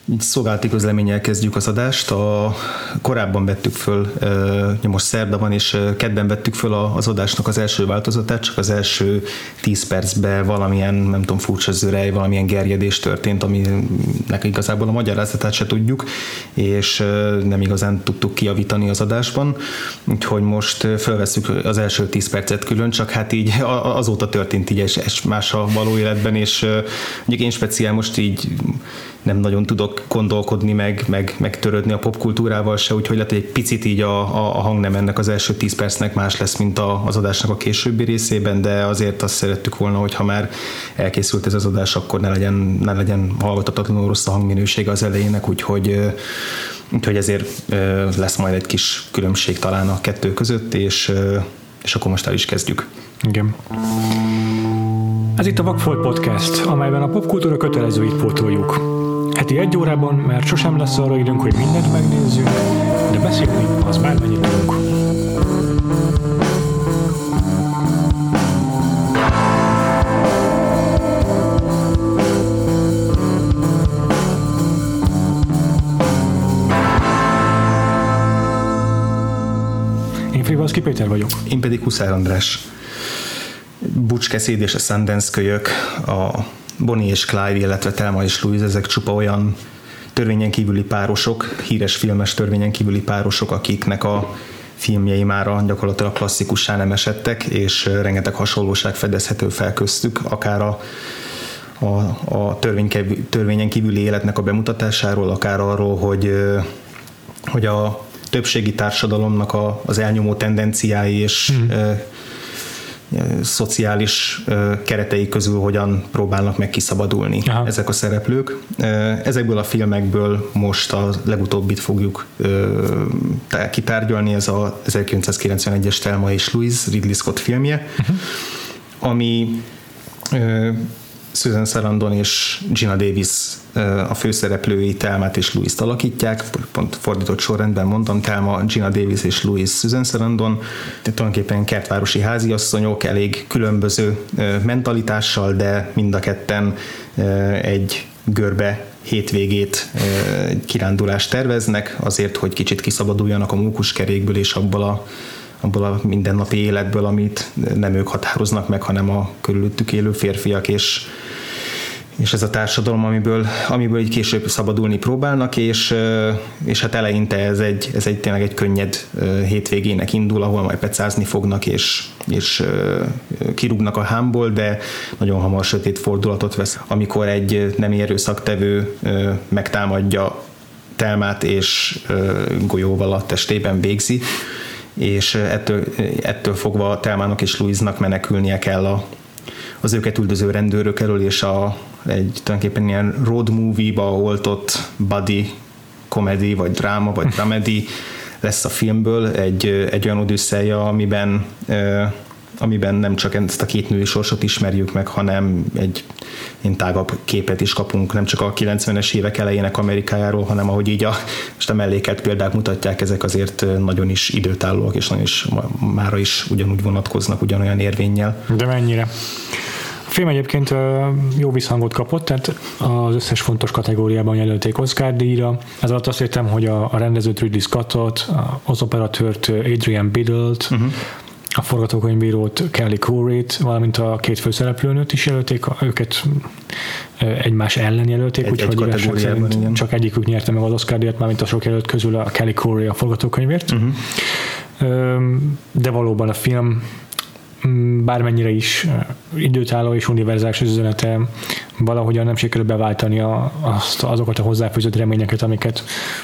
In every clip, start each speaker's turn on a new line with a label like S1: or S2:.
S1: Szolgálati közleménnyel kezdjük az adást. Korábban vettük föl, most szerda van, és kedden vettük föl az adásnak az első változatát, csak az első 10 percben valamilyen, nem tudom, furcsa zörej, valamilyen gerjedés történt, aminek igazából a magyarázatát se tudjuk, és nem igazán tudtuk kijavítani az adásban. Úgyhogy most felvesszük az első 10 percet külön, csak hát így azóta történt így más a való életben, és mondjuk én speciál most így nem nagyon tudok gondolkodni, meg törődni a popkultúrával se, úgyhogy lehet, hogy egy picit így a hangnem ennek az első 10 percnek más lesz, mint az adásnak a későbbi részében, de azért azt szerettük volna, hogy ha már elkészült ez az adás, akkor ne legyen hallgatatlanul rossz a hangminősége az elejének, úgyhogy ezért lesz majd egy kis különbség talán a kettő között, és akkor most el is kezdjük.
S2: Igen. Ez itt a Vagfolt Podcast, amelyben a popkultúra kötelezőit pótoljuk. Heti 1 órában, mert sosem lesz arra időnk, hogy mindent megnézzünk, de beszélni az bármennyit tudunk. Én Frivalszki Péter vagyok.
S1: Én pedig Huszár András. Butch Cassidy és a Sundance kölyök, a Bonnie és Clyde, illetve Thelma és Louise, ezek csupa olyan törvényen kívüli párosok, híres filmes törvényen kívüli párosok, akiknek a filmjei mára gyakorlatilag klasszikussá nem esedtek, és rengeteg hasonlóság fedezhető fel köztük, akár a törvényen kívüli életnek a bemutatásáról, akár arról, hogy a többségi társadalomnak az elnyomó tendenciái és szociális keretei közül hogyan próbálnak meg kiszabadulni. Aha. Ezek a szereplők. Ezekből a filmekből most a legutóbbit fogjuk kitárgyalni, ez a 1991-es Thelma és Louise Ridley Scott filmje, ami Susan Sarandon és Geena Davis a főszereplői Thelmát és Louise-t alakítják, pont fordított sorrendben mondtam, Thelma Geena Davis és Louise Susan Sarandon, de tulajdonképpen kertvárosi háziasszonyok, elég különböző mentalitással, de mind a ketten egy görbe hétvégét kirándulást terveznek, azért, hogy kicsit kiszabaduljanak a mókuskerékből és abból a mindennapi életből, amit nem ők határoznak meg, hanem a körülöttük élő férfiak, és ez a társadalom, amiből így később szabadulni próbálnak, és hát eleinte ez egy tényleg egy könnyed hétvégének indul, ahol majd pecázni fognak, és kirúgnak a hámból, de nagyon hamar sötét fordulatot vesz, amikor egy nem erőszaktevő megtámadja Thelmát, és golyóval a testében végzi, és ettől fogva Thelmának és Louise-nak menekülnie kell az őket üldöző rendőrök elől, és egy tulajdonképpen ilyen road movie-ba oltott buddy comedy, vagy dráma, vagy dramedy lesz a filmből, egy olyan odüsszeja, amiben nem csak ezt a két női sorsot ismerjük meg, hanem egy tágabb képet is kapunk, nem csak a 90-es évek elejének Amerikájáról, hanem ahogy így most a mellékelt példák mutatják, ezek azért nagyon is időtállóak, és nagyon is mára is ugyanúgy vonatkoznak, ugyanolyan érvénnyel.
S2: De mennyire? A film egyébként jó visszhangot kapott, tehát az összes fontos kategóriában jelölték Oscar-díjra. Ez alatt azt értem, hogy a rendezőt Ridley Scottot, az operatőrt Adrian Biddle-t, a forgatókönyvírót Kelly Curryt, valamint a két főszereplőnőt is jelölték, őket egymás ellen jelölték, úgyhogy igazság szerint csak egyikük nyerte meg az Oscar-díjat, mármint a sok jelölt közül a Kelly Curry a forgatókönyvért. De valóban a film bármennyire is időtálló és univerzális üzenete, valahogyan nem sikerül beváltani azokat a hozzáfűzött reményeket, amiket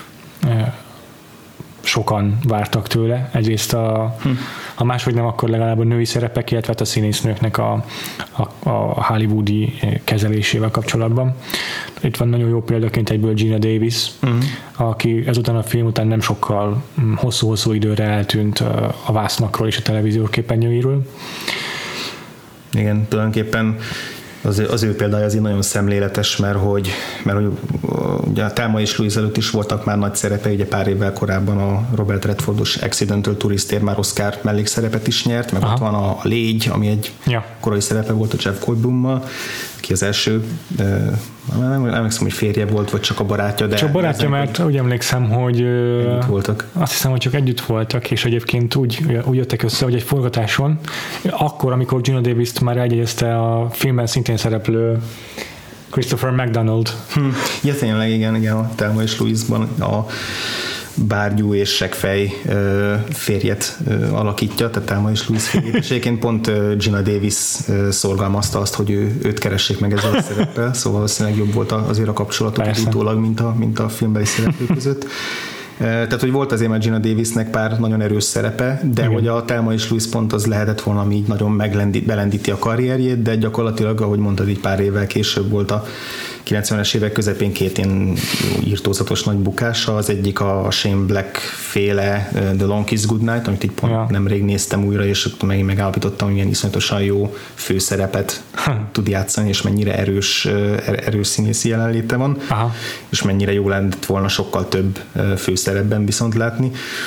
S2: sokan vártak tőle. Egyrészt a máshogy nem, akkor legalább a női szerepek, illetve a színésznőknek a hollywoodi kezelésével kapcsolatban. Itt van nagyon jó példaként egyből Geena Davis, aki ezután a film után nem sokkal hosszú-hosszú időre eltűnt a vásznakról és a televíziós képernyőiről.
S1: Igen, tulajdonképpen az ő példája azért nagyon szemléletes, mert hogy ugye a Thelma és Louise előtt is voltak már nagy szerepe, ugye pár évvel korábban a Robert Redfordos Accidental Touristért már Oscar mellékszerepet is nyert, meg ott van a Légy, ami egy korai szerepe volt a Jeff Goldblummal, ki az első, nem emlékszem, hogy férje volt, vagy csak a barátja. De
S2: csak barátja, mert úgy emlékszem, hogy
S1: együtt voltak.
S2: Azt hiszem, hogy csak együtt voltak, és egyébként úgy jöttek össze, hogy egy forgatáson, akkor, amikor Gina Davis-t már eljegyezte a filmben szintén szereplő Christopher McDonald.
S1: Ja, tényleg, igen, a Thelma és Louise-ban a bárgyú és seggfej férjet alakítja, tehát Thelma és Louise férjét, és egyébként pont Gina Davis szorgalmazta azt, hogy őt keressék meg ezzel a szereppel, szóval valószínűleg jobb volt azért a kapcsolatok utólag, mint a filmbeli szereplők között. Tehát, hogy volt azért már Gina Davisnek pár nagyon erős szerepe, de igen. Hogy a Thelma és Louise pont az lehetett volna, ami így nagyon belendíti a karrierjét, de gyakorlatilag, ahogy mondtad, így pár évvel később volt a 90-es évek közepén két ilyen írtózatos nagy bukása, az egyik a Shane Black féle The Long Kiss Goodnight, amit így pont nemrég néztem újra, és megint megállapítottam, hogy ilyen iszonyatosan jó főszerepet tud játszani, és mennyire erős színészi jelenléte van, és mennyire jó lett volna sokkal több főszerepben viszont látni.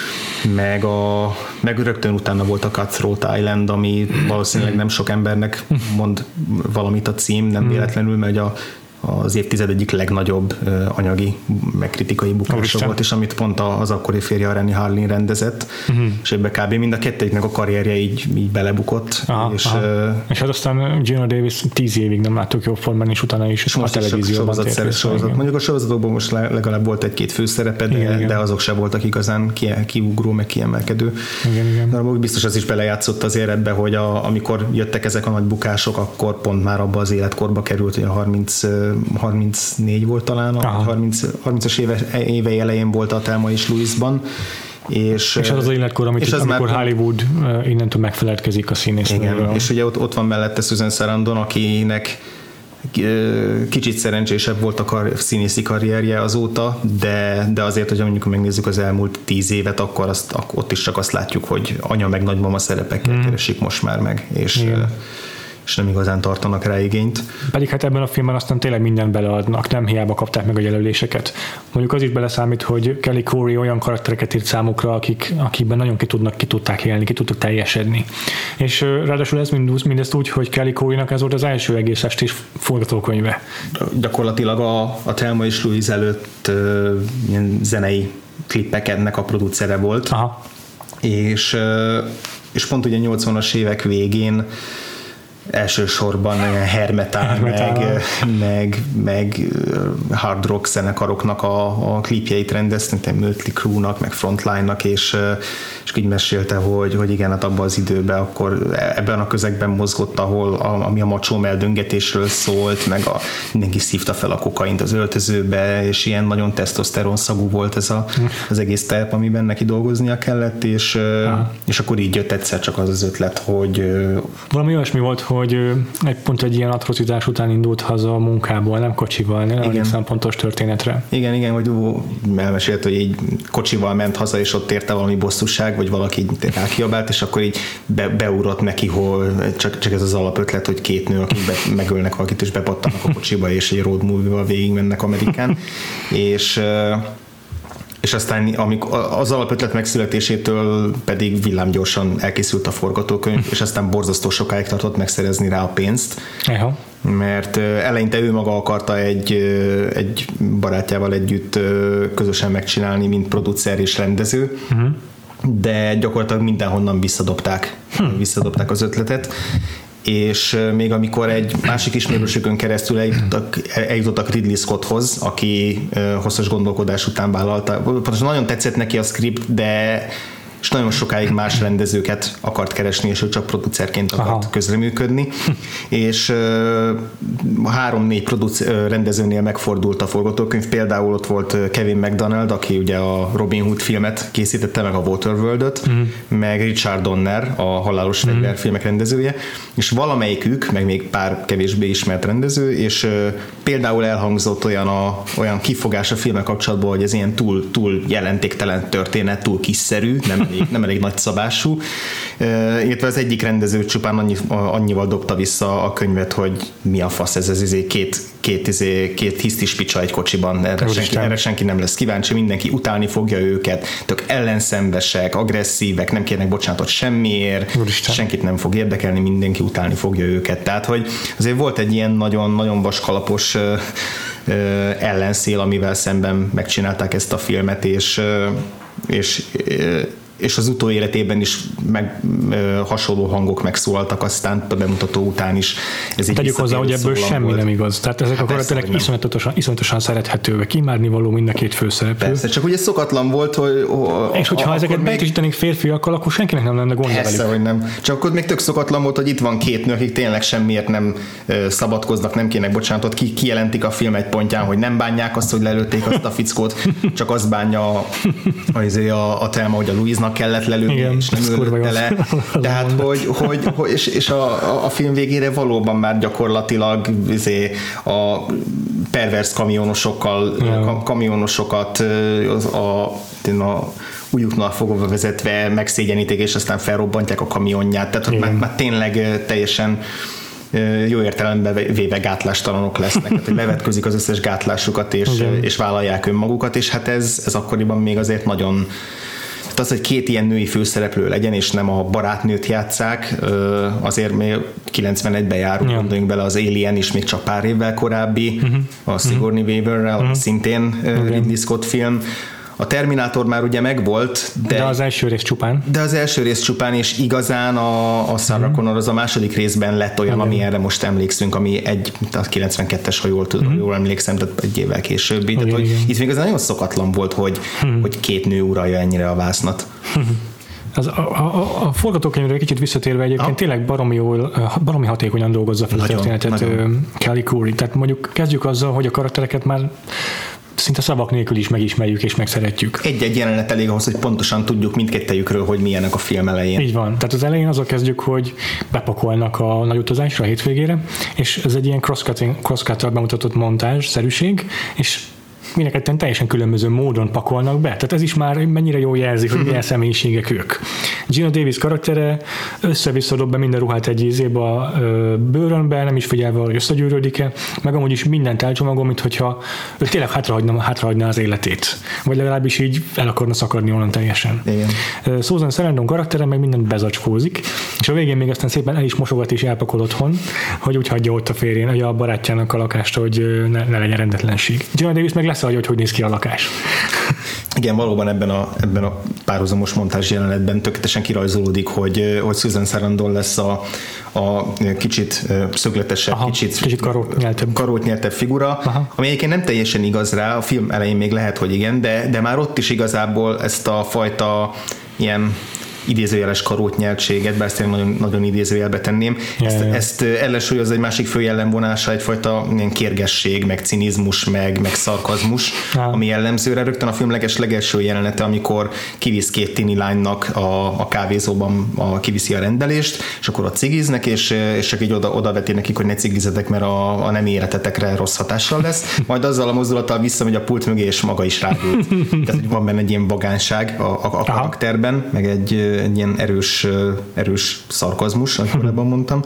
S1: Meg rögtön utána volt a Cutthroat Island, ami valószínűleg nem sok embernek mond valamit a cím, nem véletlenül, mert az évtized egyik legnagyobb anyagi, meg kritikai bukása volt, és amit pont az akkori férje, a Rennie Harlin rendezett, és ebbe kb. Mind a kettőjüknek a karrierje így belebukott. És
S2: hát aztán Gina Davis 10 évig nem láttuk jó formán, és utána is
S1: a televízióban sorozat. Mondjuk a sorozatokban most legalább volt egy-két főszerepe, de azok se voltak igazán kiugró, meg kiemelkedő. Igen. Biztos az is belejátszott azért ebbe, hogy amikor jöttek ezek a nagy bukások, akkor pont már abba az életkorba került, hogy a 34 volt talán, 30-as évei elején volt a Thelma és Louise-ban. És az életkor, amikor
S2: Hollywood innentől megfeledkezik a színésznőről.
S1: Igen, és ugye ott van mellette Susan Sarandon, akinek kicsit szerencsésebb volt a színészi karrierje azóta, de azért, hogy amikor megnézzük az elmúlt 10 évet, akkor ott is csak azt látjuk, hogy anya meg nagymama szerepekkel keresik most már meg, és nem igazán tartanak rá igényt.
S2: Pedig hát ebben a filmben aztán tényleg mindent beleadnak, nem hiába kapták meg a jelöléseket. Mondjuk az is beleszámít, hogy Kelly Currie olyan karaktereket írt számukra, akikben nagyon ki tudták élni, ki tudtak teljesedni. És ráadásul ez mindezt úgy, hogy Kelly Currie-nak ez volt az első egész estés forgatókönyve.
S1: Gyakorlatilag a Thelma és Louise előtt ilyen zenei klippeknek a producere volt. És pont ugye 80-as évek végén elsősorban hair metal, meg hard rock zenekaroknak a klipjeit rendeztek, Mötley Crüe-nak, meg Frontline-nak, és így mesélte, hogy igen, hát abban az időben akkor ebben a közegben mozgott, ami a macsó meldöngetésről szólt, meg mindenki szívta fel a kokaint az öltözőbe, és ilyen nagyon tesztoszteron szagú volt ez az egész terep, amiben neki dolgoznia kellett, és akkor így jött egyszer csak az ötlet, hogy
S2: valami olyasmi volt, hogy pont egy ilyen atrocitás után indult haza a munkából, nem kocsival, nem emlékszem pontos történetre.
S1: Igen, hogy elmesélt, hogy így kocsival ment haza, és ott érte valami bosszúság, vagy valaki így rákiabált, és akkor így beugrott neki, hogy csak ez az alapötlet, hogy két nő, akik megölnek valakit, és bepattanak a kocsiba, és egy road movie-val végig mennek Amerikán, és aztán az alapötlet megszületésétől pedig villámgyorsan elkészült a forgatókönyv, és aztán borzasztó sokáig tartott megszerezni rá a pénzt. Mert eleinte ő maga akarta egy barátjával együtt közösen megcsinálni, mint producer és rendező, de gyakorlatilag mindenhonnan visszadobták az ötletet, és még amikor egy másik ismerősökön keresztül eljutottak Ridley Scotthoz, aki hosszas gondolkodás után vállalta. Pontosan nagyon tetszett neki a script, és nagyon sokáig más rendezőket akart keresni, és ő csak producerként akart közreműködni, és 3-4 rendezőnél megfordult a forgatókönyv, például ott volt Kevin McDonald, aki ugye a Robin Hood filmet készítette, meg a Waterworld-öt, meg Richard Donner, a Halálos fegyver filmek rendezője, és valamelyikük, meg még pár kevésbé ismert rendező, és például elhangzott olyan kifogás a filmek kapcsolatban, hogy ez ilyen túl jelentéktelen történet, túl kiszerű, nem elég nagyszabású, illetve az egyik rendező csupán annyival dobta vissza a könyvet, hogy mi a fasz ez két két hisztis picsa egy kocsiban, erre senki nem lesz kíváncsi, mindenki utálni fogja őket, tök ellenszenvesek, agresszívek, nem kérnek bocsánatot semmiért, senkit nem fog érdekelni, mindenki utálni fogja őket. Tehát, hogy azért volt egy ilyen nagyon-nagyon vaskalapos ellenszél, amivel szemben megcsinálták ezt a filmet, és az utóéletében is hasonló hangok megszólaltak aztán a bemutató után is.
S2: Tegyük hozzá, hogy ebből semmi volt. Nem igaz. Tehát ezek a karakterek iszonyatosan szerethetőek, imádnivaló mind a két főszereplő.
S1: Persze, csak ugye szokatlan volt, hogy...
S2: És hogyha ezeket beütítenénk férfiakkal, akkor senkinek nem lenne gondja velük.
S1: Persze, hogy nem. Csak akkor még tök szokatlan volt, hogy itt van két nő, akik tényleg semmiért nem szabadkoznak, nem kérnek bocsánatot, kijelentik a film egy pontján, hogy nem bánják azt, hogy lelőtték azt a fickót, csak azt bánja a Thelma, hogy a Louise kellett lelőni, igen, és nem ölte le. Tehát, és a film végére valóban már gyakorlatilag a pervers kamionosokat a ujjuknál fogva vezetve megszégyenítik, és aztán felrobbantják a kamionját. Tehát már tényleg teljesen jó értelemben véve gátlástalanok lesznek, tehát, hogy levetközik az összes gátlásukat, és vállalják önmagukat, és hát ez akkoriban még azért nagyon... Az, hogy két ilyen női főszereplő legyen, és nem a barátnőt játsszák, azért még 91-ben járunk, gondoljunk bele, az Alien is még csak pár évvel korábbi, a Sigourney Weaverrel, szintén Ridley Scott film. A Terminátor már ugye megvolt,
S2: de az első rész csupán.
S1: De az első rész csupán, és igazán a Sarah Connor az a második részben lett olyan, ami erre most emlékszünk, ami a 92-es, ha jól emlékszem, tehát egy évvel későbbi. Tehát, hogy itt még az nagyon szokatlan volt, hogy két nő uralja ennyire a vásznat.
S2: A forgatókönyvre kicsit visszatérve egyébként tényleg baromi hatékonyan dolgozza fel a történetet Kelly Curry. Tehát mondjuk kezdjük azzal, hogy a karaktereket már szinte szavak nélkül is megismerjük és megszeretjük.
S1: Egy jelenet elég ahhoz, hogy pontosan tudjuk mindkettejükről, hogy milyenek a film elején.
S2: Így van. Tehát az elején azzal kezdjük, hogy bepakolnak a nagy utazásra a hétvégére, és ez egy ilyen cross-cut bemutatott montázs-szerűség, és mindenketten teljesen különböző módon pakolnak be. Tehát ez is már mennyire jól jelzi, hogy milyen személyiségek ők. Gina Davis karaktere össze-vissza dob be minden ruhát egy ízébe a bőrönbe, nem is figyelve, hogy összegyűrődik-e, meg amúgy is mindent elcsomagol, mint hogyha ő tényleg hátrahagyná az életét. Vagy legalábbis így el akarna szakadni onnan teljesen.
S1: Igen.
S2: Susan Sarandon karaktere meg mindent bezacskózik, és a végén még aztán szépen el is mosogat és elpakol otthon, hogy úgy hagyja ott a férjén, a barátjának a lakást, hogy ne legyen rendetlenség. Gina Davis meg lesz, hogy néz ki a lakás.
S1: Igen, valóban ebben a párhuzamos montázs jelenetben tökéletesen kirajzolódik, hogy Susan Sarandon lesz a kicsit szögletesebb, kicsit karótnyeltebb figura, ami egyébként nem teljesen igaz rá, a film elején még lehet, hogy igen, de már ott is igazából ezt a fajta ilyen idézőjeles karótnyeltséget, bár ezt én nagyon, nagyon idézőjelbe tenném. Ezt ellensúlyozza egy másik fő jellemvonása, egyfajta ilyen kérgesség, meg cinizmus, meg szarkazmus, ami jellemzőre. Rögtön a film legelső jelenete, amikor kivisz két tini lánynak a kávézóban kiviszi a rendelést, és akkor ott cigiznek, és csak így oda veti nekik, hogy ne cigizetek, mert a nem életetekre rossz hatással lesz. Majd azzal a mozdulattal visszamegy a pult mögé, és maga is rágult. Tehát, hogy van benne egy ilyen vagánság a karakterben, meg egy ilyen erős szarkazmus, ahogy korábban mondtam.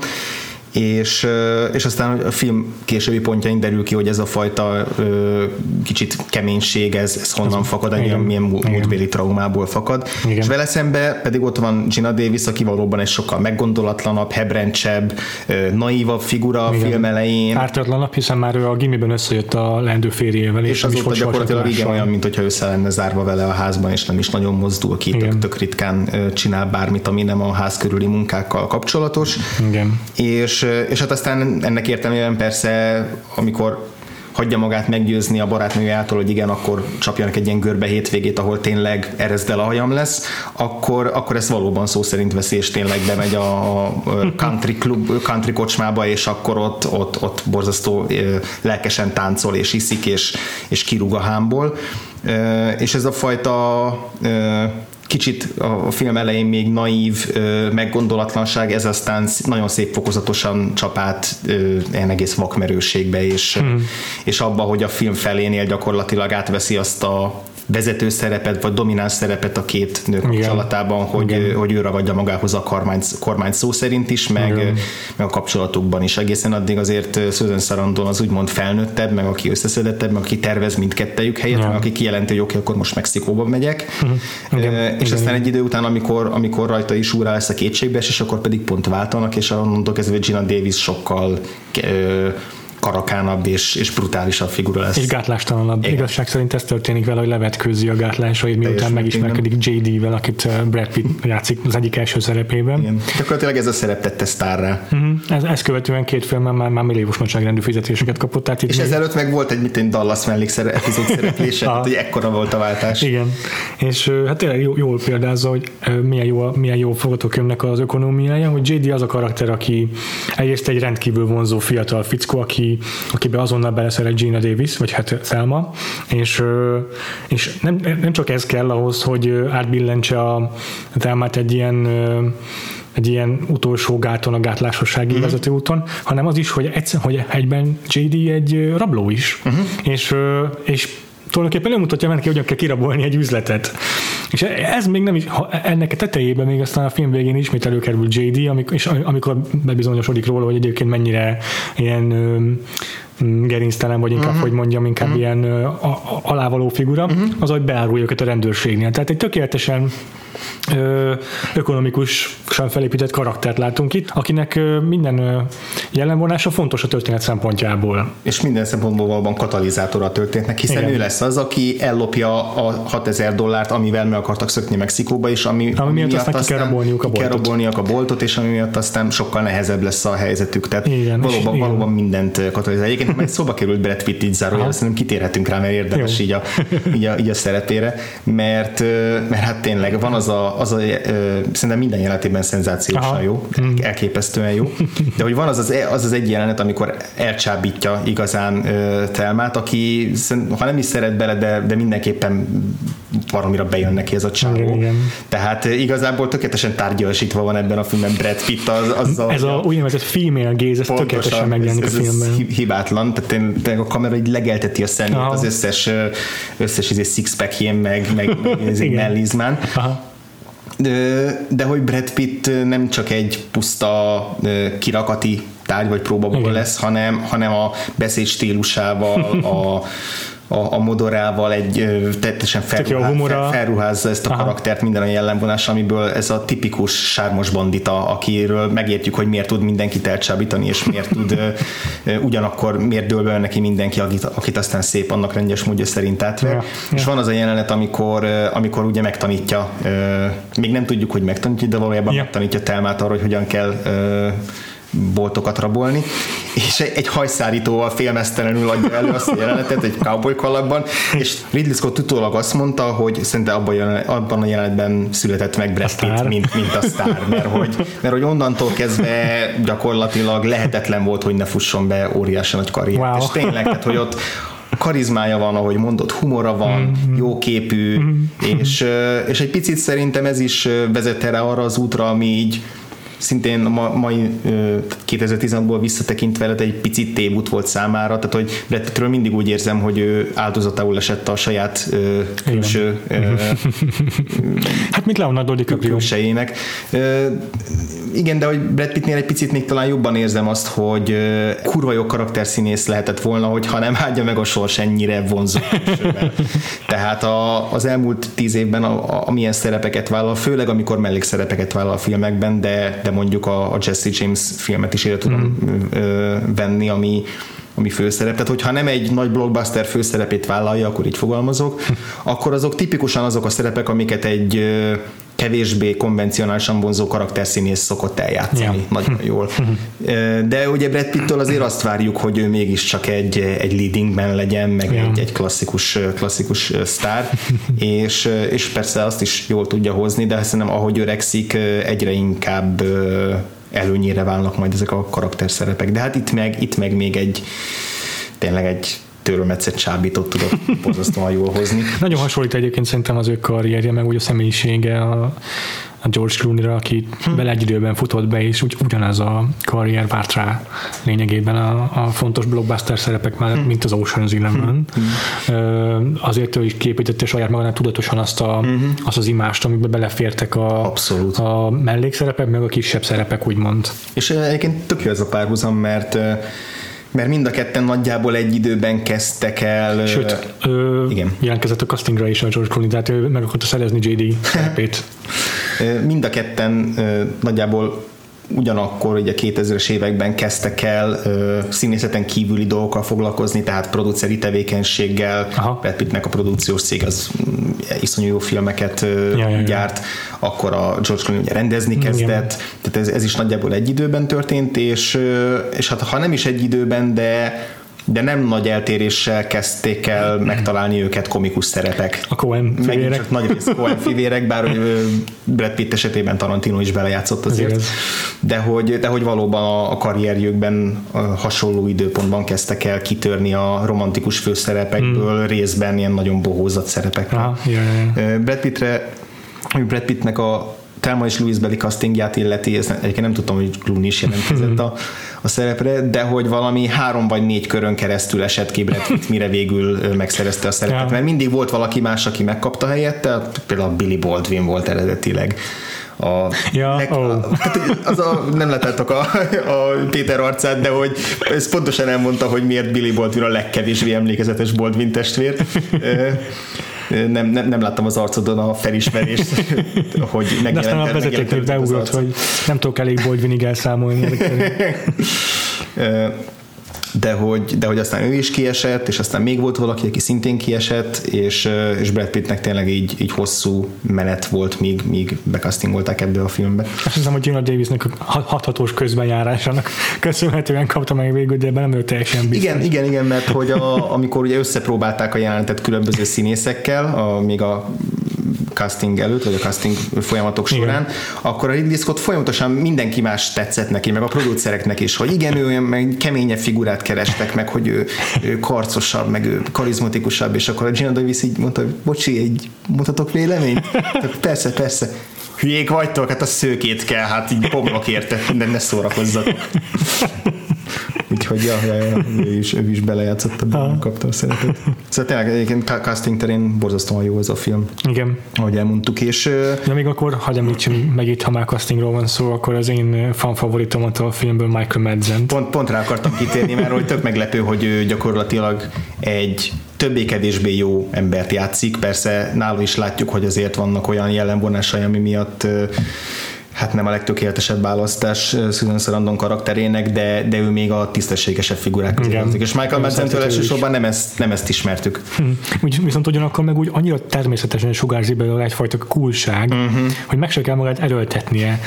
S1: És aztán a film későbbi pontjain derül ki, hogy ez a fajta kicsit keménység, ez honnan fakad, egy milyen múltbéli traumából fakad. Igen. És vele szembe pedig ott van Gina Davis, aki valóban egy sokkal meggondolatlanabb, hebrencsebb, naívabb figura a film elején.
S2: Ártatlanabb, hiszen már ő a gimiben összejött a leendő férjével.
S1: És azóta gyakorlatilag igen olyan, mint hogyha össze lenne zárva vele a házban, és nem is nagyon mozdul ki, tök ritkán csinál bármit, ami nem a ház körüli munkákkal kapcsolatos.
S2: Igen.
S1: És hát aztán ennek értelmében persze, amikor hagyja magát meggyőzni a barátnőjától, hogy igen, akkor csapjanak egy ilyen görbe hétvégét, ahol tényleg ereszd el a hajam lesz, akkor ez valóban szó szerint veszi, és tényleg bemegy a country kocsmába, és akkor ott borzasztó lelkesen táncol, és iszik, és kirúg a hámból. És ez a fajta kicsit a film elején még naív meggondolatlanság, ez aztán nagyon szép fokozatosan csap át ilyen egész vakmerőségbe, és abba, hogy a film felénél gyakorlatilag átveszi azt a vezető szerepet, vagy domináns szerepet a két nő kapcsolatában, hogy ő ragadja magához a kormány szó szerint is, meg a kapcsolatukban is. Egészen addig azért Susan Sarandon az úgymond felnőttebb, meg aki összeszedettebb, meg aki tervez mindkettejük helyett, meg aki kijelenti, hogy oké, akkor most Mexikóba megyek. És aztán egy idő után, amikor rajta is úrá lesz a kétségbeesés, és akkor pedig pont váltanak, és onnantól kezdve Geena Davis sokkal karakánabb és brutálisabb figura lesz.
S2: És gátlástalanabb. Igazság szerint ez történik vele, hogy levetkőzi a gátlásait, miután megismerkedik JD-vel, akit Brad Pitt játszik az egyik első szerepében.
S1: Igen. Gyakorlatilag ez a szerep tette sztárrá.
S2: Ez követően 2 filmben már milliós nagyságrendű fizetéseket kapott. Tehát
S1: és ezelőtt meg volt egy Dallas epizód szereplése, tehát hogy ekkora volt a váltás.
S2: Igen. És hát tényleg jól példázza, hogy milyen jó forgatókönyvnek az ökonómiája, hogy JD az a karakter, aki egyrészt egy rendkívül vonzó fiatal fickó, akibe azonnal beleszeret Geena Davis, vagy hát Thelma, és nem csak ez kell ahhoz, hogy átbillentse a Thelmát egy ilyen utolsó gáton a gátlásossági vezetőúton, hanem az is, hogy egyben JD egy rabló is, és tulajdonképpen nem mutatja meg neki, hogyan kell kirabolni egy üzletet. És ez még nem is, ennek a tetejében még aztán a film végén ismét előkerül JD, amikor bebizonyosodik róla, hogy egyébként mennyire ilyen gerinctelen, vagy inkább, hogy mondjam, inkább ilyen alávaló figura, az, hogy beárulja őket a rendőrségnél. Tehát egy tökéletesen ökonomikusan felépített karaktert látunk itt, akinek minden jellemvonása fontos a történet szempontjából.
S1: És minden szempontból valóban katalizátor a történetnek, hiszen ő lesz az, aki ellopja a $6,000, amivel meg akartak szökni Mexikóba, és ami
S2: miatt aztán ki kell rabolniuk
S1: a boltot, és ami miatt aztán sokkal nehezebb lesz a helyzetük. Tehát valóban mindent katalizál. Egyébként majd szóba került Brad Pitt így zárójel, szerintem kitérhetünk rá, mert érdemes így a szerepére, mert hát tényleg van szerintem minden jelenetében szenzációsan jó, elképesztően jó, de hogy van az egy jelenet, amikor elcsábítja igazán Thelmát, aki ha nem is szeret bele, de mindenképpen valamira bejön neki ez a csávó. Tehát igazából tökéletesen tárgyasítva van ebben a filmben Brad Pitt
S2: ez a úgynevezett female gaze, ez tökéletesen megjelenik a filmben.
S1: Hibátlan, tehát tényleg a kamera így legelteti a szemét az összes six-packjén, meg mellizmán. De hogy Brad Pitt nem csak egy puszta kirakati tárgy vagy próbaból lesz, hanem a beszéd stílusával, a modorával teljesen felruházza ezt a karaktert minden a jellemvonás, amiből ez a tipikus sármos bandita, akiről megértjük, hogy miért tud mindenkit elcsábítani, és miért tud ugyanakkor miért dől be neki mindenki, akit aztán szép annak rendes módja szerint átver. És van az a jelenet, amikor ugye megtanítja, még nem tudjuk, hogy megtanítja, de valójában megtanítja Thelmát arra, hogy hogyan kell boltokat rabolni, és egy hajszárítóval félmeztelenül adja elő azt a jelenetet egy cowboy kalapban, és Ridley Scott utólag azt mondta, hogy szerintem abban a jelenetben született meg Brad Pitt, mint a sztár, mert hogy onnantól kezdve gyakorlatilag lehetetlen volt, hogy ne fusson be óriási nagy karriert. Wow. És tényleg, hát, hogy ott karizmája van, ahogy mondott, humora van, jóképű, és egy picit szerintem ez is vezet erre arra az útra, ami így szintén mai 2016-ból visszatekintve egy picit tévút volt számára, tehát hogy Brad Pittről mindig úgy érzem, hogy ő áldozatául esett a saját külső
S2: hát mint Leonardo DiCaprio
S1: külsejének. Igen, de hogy Brad Pittnél egy picit még talán jobban érzem azt, hogy kurva jó karakterszínész lehetett volna, hogyha nem áldja meg a sors ennyire vonzó külsővel. Tehát az elmúlt 10 évben amilyen szerepeket vállal, főleg amikor mellékszerepeket vállal a filmekben, de mondjuk a Jesse James filmet is tudom venni, ami főszerep. Tehát, hogyha nem egy nagy blockbuster főszerepét vállalja, akkor így fogalmazok, akkor azok tipikusan azok a szerepek, amiket egy kevésbé konvencionálisan vonzó karakterszínész szokott eljátszani nagyon jól. De ugye Brad Pittől azért azt várjuk, hogy ő mégiscsak egy leading man legyen, meg egy klasszikus sztár, és persze azt is jól tudja hozni, de szerintem ahogy öregszik, egyre inkább előnyére válnak majd ezek a karakterszerepek. De hát itt meg még tényleg egy törölmetszett csábítót tudott borzasztóan jól hozni.
S2: Nagyon hasonlít egyébként szerintem az ő karrierje, meg úgy a személyisége a George Clooney-ra, aki bele egy időben futott be, és ugyanaz a karrier várt rá lényegében a fontos blockbuster szerepek mellett, mint az Ocean's Eleven. Azért ő is képítette saját magának tudatosan azt az imást, amiben belefértek a mellékszerepek, meg a kisebb szerepek, úgymond.
S1: És egyébként tök jó ez a párhuzam, mert mind a ketten nagyjából egy időben kezdtek el.
S2: Sőt, jelentkezett a castingra is a George Clooney, tehát ő meg akarta szerezni JD szerepét.
S1: Mind a ketten nagyjából ugyanakkor, ugye 2000-es években kezdtek el színészeten kívüli dolgokkal foglalkozni, tehát produceri tevékenységgel. Brad Pittnek a produkciós cég az iszonyú jó filmeket gyárt, akkor a George Clooney ugye rendezni kezdett, tehát ez is nagyjából egy időben történt, és hát ha nem is egy időben, de nem nagy eltéréssel kezdték el megtalálni őket komikus szerepek.
S2: A Coen fivérek.
S1: Csak nagy rész Coen fivérek, bár Brad Pitt esetében Tarantino is belejátszott azért. De hogy valóban a karrierjükben hasonló időpontban kezdtek el kitörni a romantikus főszerepekből, részben ilyen nagyon bohózat szerepekre. Brad Pittnek a Thelma és Louise beli castingját illeti, egyébként nem tudtam, hogy Clooney is jelentkezett a szerepre, de hogy valami 3 vagy 4 körön keresztül esett ki Brad Pitt, mire végül megszerezte a szerepet, mert mindig volt valaki más, aki megkapta helyette, például Billy Baldwin volt eredetileg. Nem láttátok a Péter arcát, de hogy ez pontosan elmondta, hogy miért Billy Baldwin a legkevésbé emlékezetes Baldwin testvér. Nem láttam az arcodon a felismerést, hogy
S2: megjelent. De aztán a vezetéknél beugrott, hogy nem tudok elég Baldwinig elszámolni.
S1: De hogy aztán ő is kiesett, és aztán még volt valaki, aki szintén kiesett, és Brad Pittnek tényleg így hosszú menet volt, míg bekasztingolták ebbe a filmbe.
S2: Azt hiszem, hogy Gina Davisnek a hathatós közbenjárásának köszönhetően kapta meg végül, de nem ő teljesen biztos.
S1: Igen, mert hogy amikor ugye összepróbálták a jelenetet különböző színészekkel, még a casting előtt, vagy a casting folyamatok során, akkor a Ridley Scott folyamatosan mindenki más tetszett neki, meg a producereknek is, hogy igen, ő olyan meg keményebb figurát kerestek meg, hogy ő karcosabb, meg ő karizmatikusabb, és akkor a Gina Davis így mondta, hogy bocsi, mondhatok véleményt? Persze. Hülyék vagytok, hát a szőkét kell, hát így bomlok érte, ne szórakozzatok. Úgyhogy ő is belejátszott, abban kapta a szerepet. Szóval tényleg egyébként casting terén borzasztóan jó ez a film.
S2: Igen.
S1: Ahogy elmondtuk, és...
S2: De még akkor, hadd említsem meg itt, ha már castingról van szó, akkor az én fanfavoritomat a filmből Michael Madsen.
S1: Pont rá akartam kitérni, mert hogy tök meglepő, hogy ő gyakorlatilag egy többé-kevésbé jó embert játszik. Persze nála is látjuk, hogy azért vannak olyan jellemvonásai, ami miatt hát nem a legtökéletesebb választás Susan Sarandon karakterének, de ő még a tisztességesebb figurák közé tartozik. És Michael Madsentől elsősorban nem ezt ismertük.
S2: Viszont ugyanakkor meg úgy annyira természetesen sugárzik belőle egyfajta coolság, hogy meg se kell magát erőltetnie.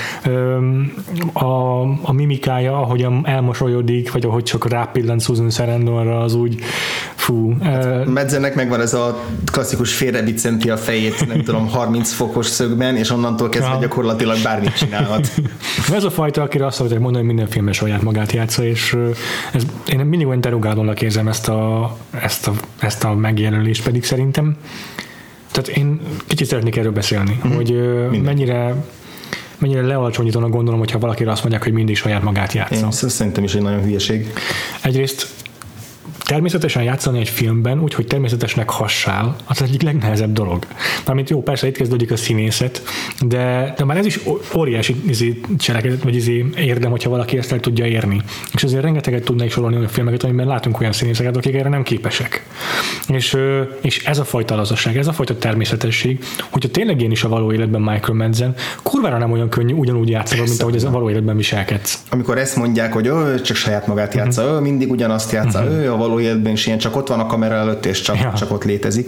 S2: A mimikája, ahogy elmosolyodik, vagy ahogy csak rápillant Susan Sarandonra, az úgy
S1: Madsennek megvan ez a klasszikus félrebiccenti a fejét, nem tudom, 30 fokos szögben, és onnantól kezdve gyakorlatilag bármit csinálhat.
S2: Ez a fajta, akire azt szokták mondani, hogy minden filmben saját magát játsza, és én mindig olyan derogálónak érzem ezt a megjelölést, pedig szerintem. Tehát én kicsit szeretnék erről beszélni, hogy mennyire lealacsonyítónak gondolom, hogyha valakire azt mondják, hogy mindig saját magát játsza.
S1: Én szerintem is egy nagyon hülyeség.
S2: Egyrészt természetesen játszani egy filmben, úgyhogy természetesnek hassál, az egyik legnehezebb dolog. Mármint jó, persze itt kezdődik a színészet, de már ez is óriási cselekedet, vagy érdem, hogyha valaki ezt el tudja érni. És azért rengeteget tudnék sorolni olyan filmeket, amiben látunk olyan színészeket, akik erre nem képesek. És ez a fajta lazaság, ez a fajta természetesség, hogyha tényleg én is a való életben Michael Madsen, kurvára nem olyan könnyű ugyanúgy játszani, mint ahogy ez a való életben viselkedsz.
S1: Amikor ezt mondják, hogy csak saját magát játsza, mindig ugyanazt játsza, a való életben is ilyen, csak ott van a kamera előtt, és csak ott létezik.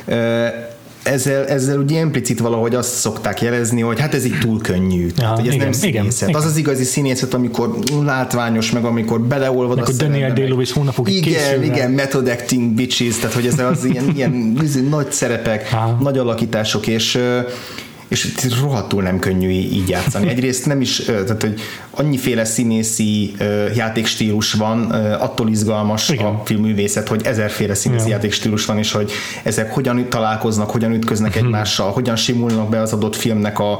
S1: Ezzel ugye implicit valahogy azt szokták jelezni, hogy hát ez így túl könnyű. Tehát, hogy ez nem színészet. Igen. Az az igazi színészet, amikor látványos, meg amikor beleolvad a
S2: szerepbe. Daniel Day-Lewis hónapokig készül.
S1: Igen, method acting bitches, tehát hogy ez az ilyen nagy szerepek, nagy alakítások, és és rohadtul nem könnyű így játszani. Egyrészt nem is, tehát hogy annyiféle színészi játékstílus van, attól izgalmas a filmművészet, hogy ezerféle színészi játékstílus van, és hogy ezek hogyan találkoznak, hogyan ütköznek egymással, hogyan simulnak be az adott filmnek a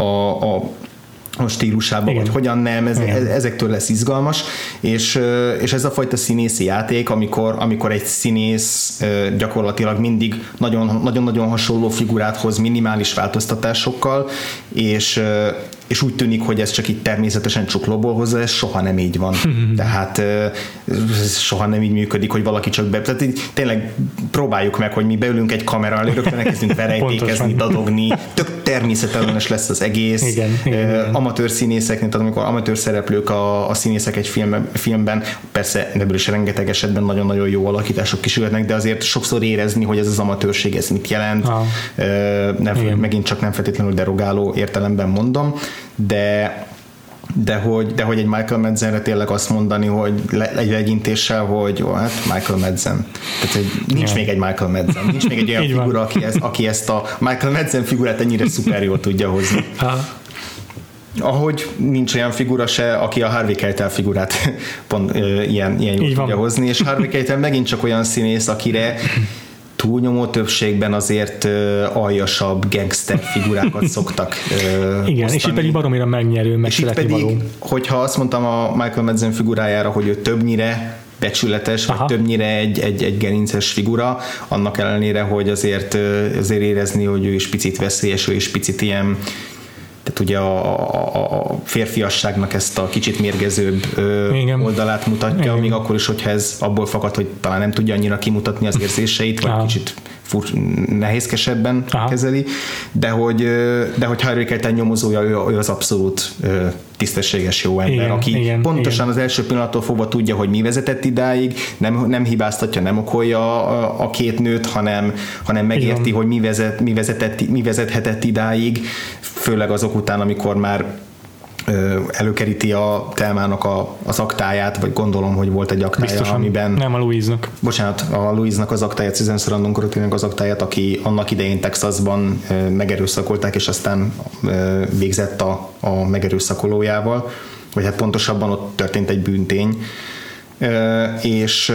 S1: stílusába, vagy hogyan nem, ezektől lesz izgalmas, és ez a fajta színészi játék, amikor egy színész gyakorlatilag mindig nagyon-nagyon hasonló figurát hoz minimális változtatásokkal, és úgy tűnik, hogy ez csak így természetesen csuklóból hozza, ez soha nem így van. Tehát soha nem így működik, hogy valaki csak tehát így, tényleg próbáljuk meg, hogy mi beülünk egy kamera elé, rögtön elkezdünk verejtékezni, dadogni, tök természetellenes lesz az egész. Igen. Amatőr színészeknél, tehát amikor amatőr szereplők a színészek egy filmben, persze ebből is rengeteg esetben nagyon-nagyon jó alakítások kisülhetnek, de azért sokszor érezni, hogy ez az amatőrség, ez mit jelent. Megint csak nem feltétlenül derogáló értelemben mondom, de hogy egy Michael Madsenre tényleg azt mondani, hogy egy legyintéssel, hogy hát Michael Madsen. Tehát hogy nincs még egy Michael Madsen, nincs még egy olyan figura, aki ezt a Michael Madsen figurát ennyire szuper jól tudja hozni. Ahogy nincs olyan figura se, aki a Harvey Keitel figurát pont ilyen jól tudja hozni, és Harvey Keitel megint csak olyan színész, akire túlnyomó többségben azért aljasabb gangster figurákat szoktak
S2: igen, osztani. És itt pedig baromira megnyerő, meg
S1: szeretni való. Hogyha azt mondtam a Michael Madsen figurájára, hogy ő többnyire becsületes, vagy többnyire egy gerinces figura, annak ellenére, hogy azért érezni, hogy ő is picit veszélyes, ő is picit ilyen, tehát ugye a férfiasságnak ezt a kicsit mérgezőbb oldalát mutatja, még akkor is, hogyha ez abból fakad, hogy talán nem tudja annyira kimutatni az érzéseit, vagy kicsit nehézkesebben kezeli, de hogy Harvey Keitel nyomozója, ő az abszolút tisztességes jó ember, aki pontosan az első pillanattól fogva tudja, hogy mi vezetett idáig, nem hibáztatja, nem okolja a két nőt, hanem megérti, hogy mi vezethetett idáig, főleg azok után, amikor már előkeríti a Thelmának az aktáját, vagy gondolom, hogy volt egy aktája, biztosan, amiben...
S2: Nem, a Louise-nak.
S1: Bocsánat, a Louise-nak az aktáját, Susan Sarandon karakterének az aktáját, aki annak idején Texasban megerőszakolták, és aztán végzett a megerőszakolójával, vagy hát pontosabban ott történt egy bűntény, és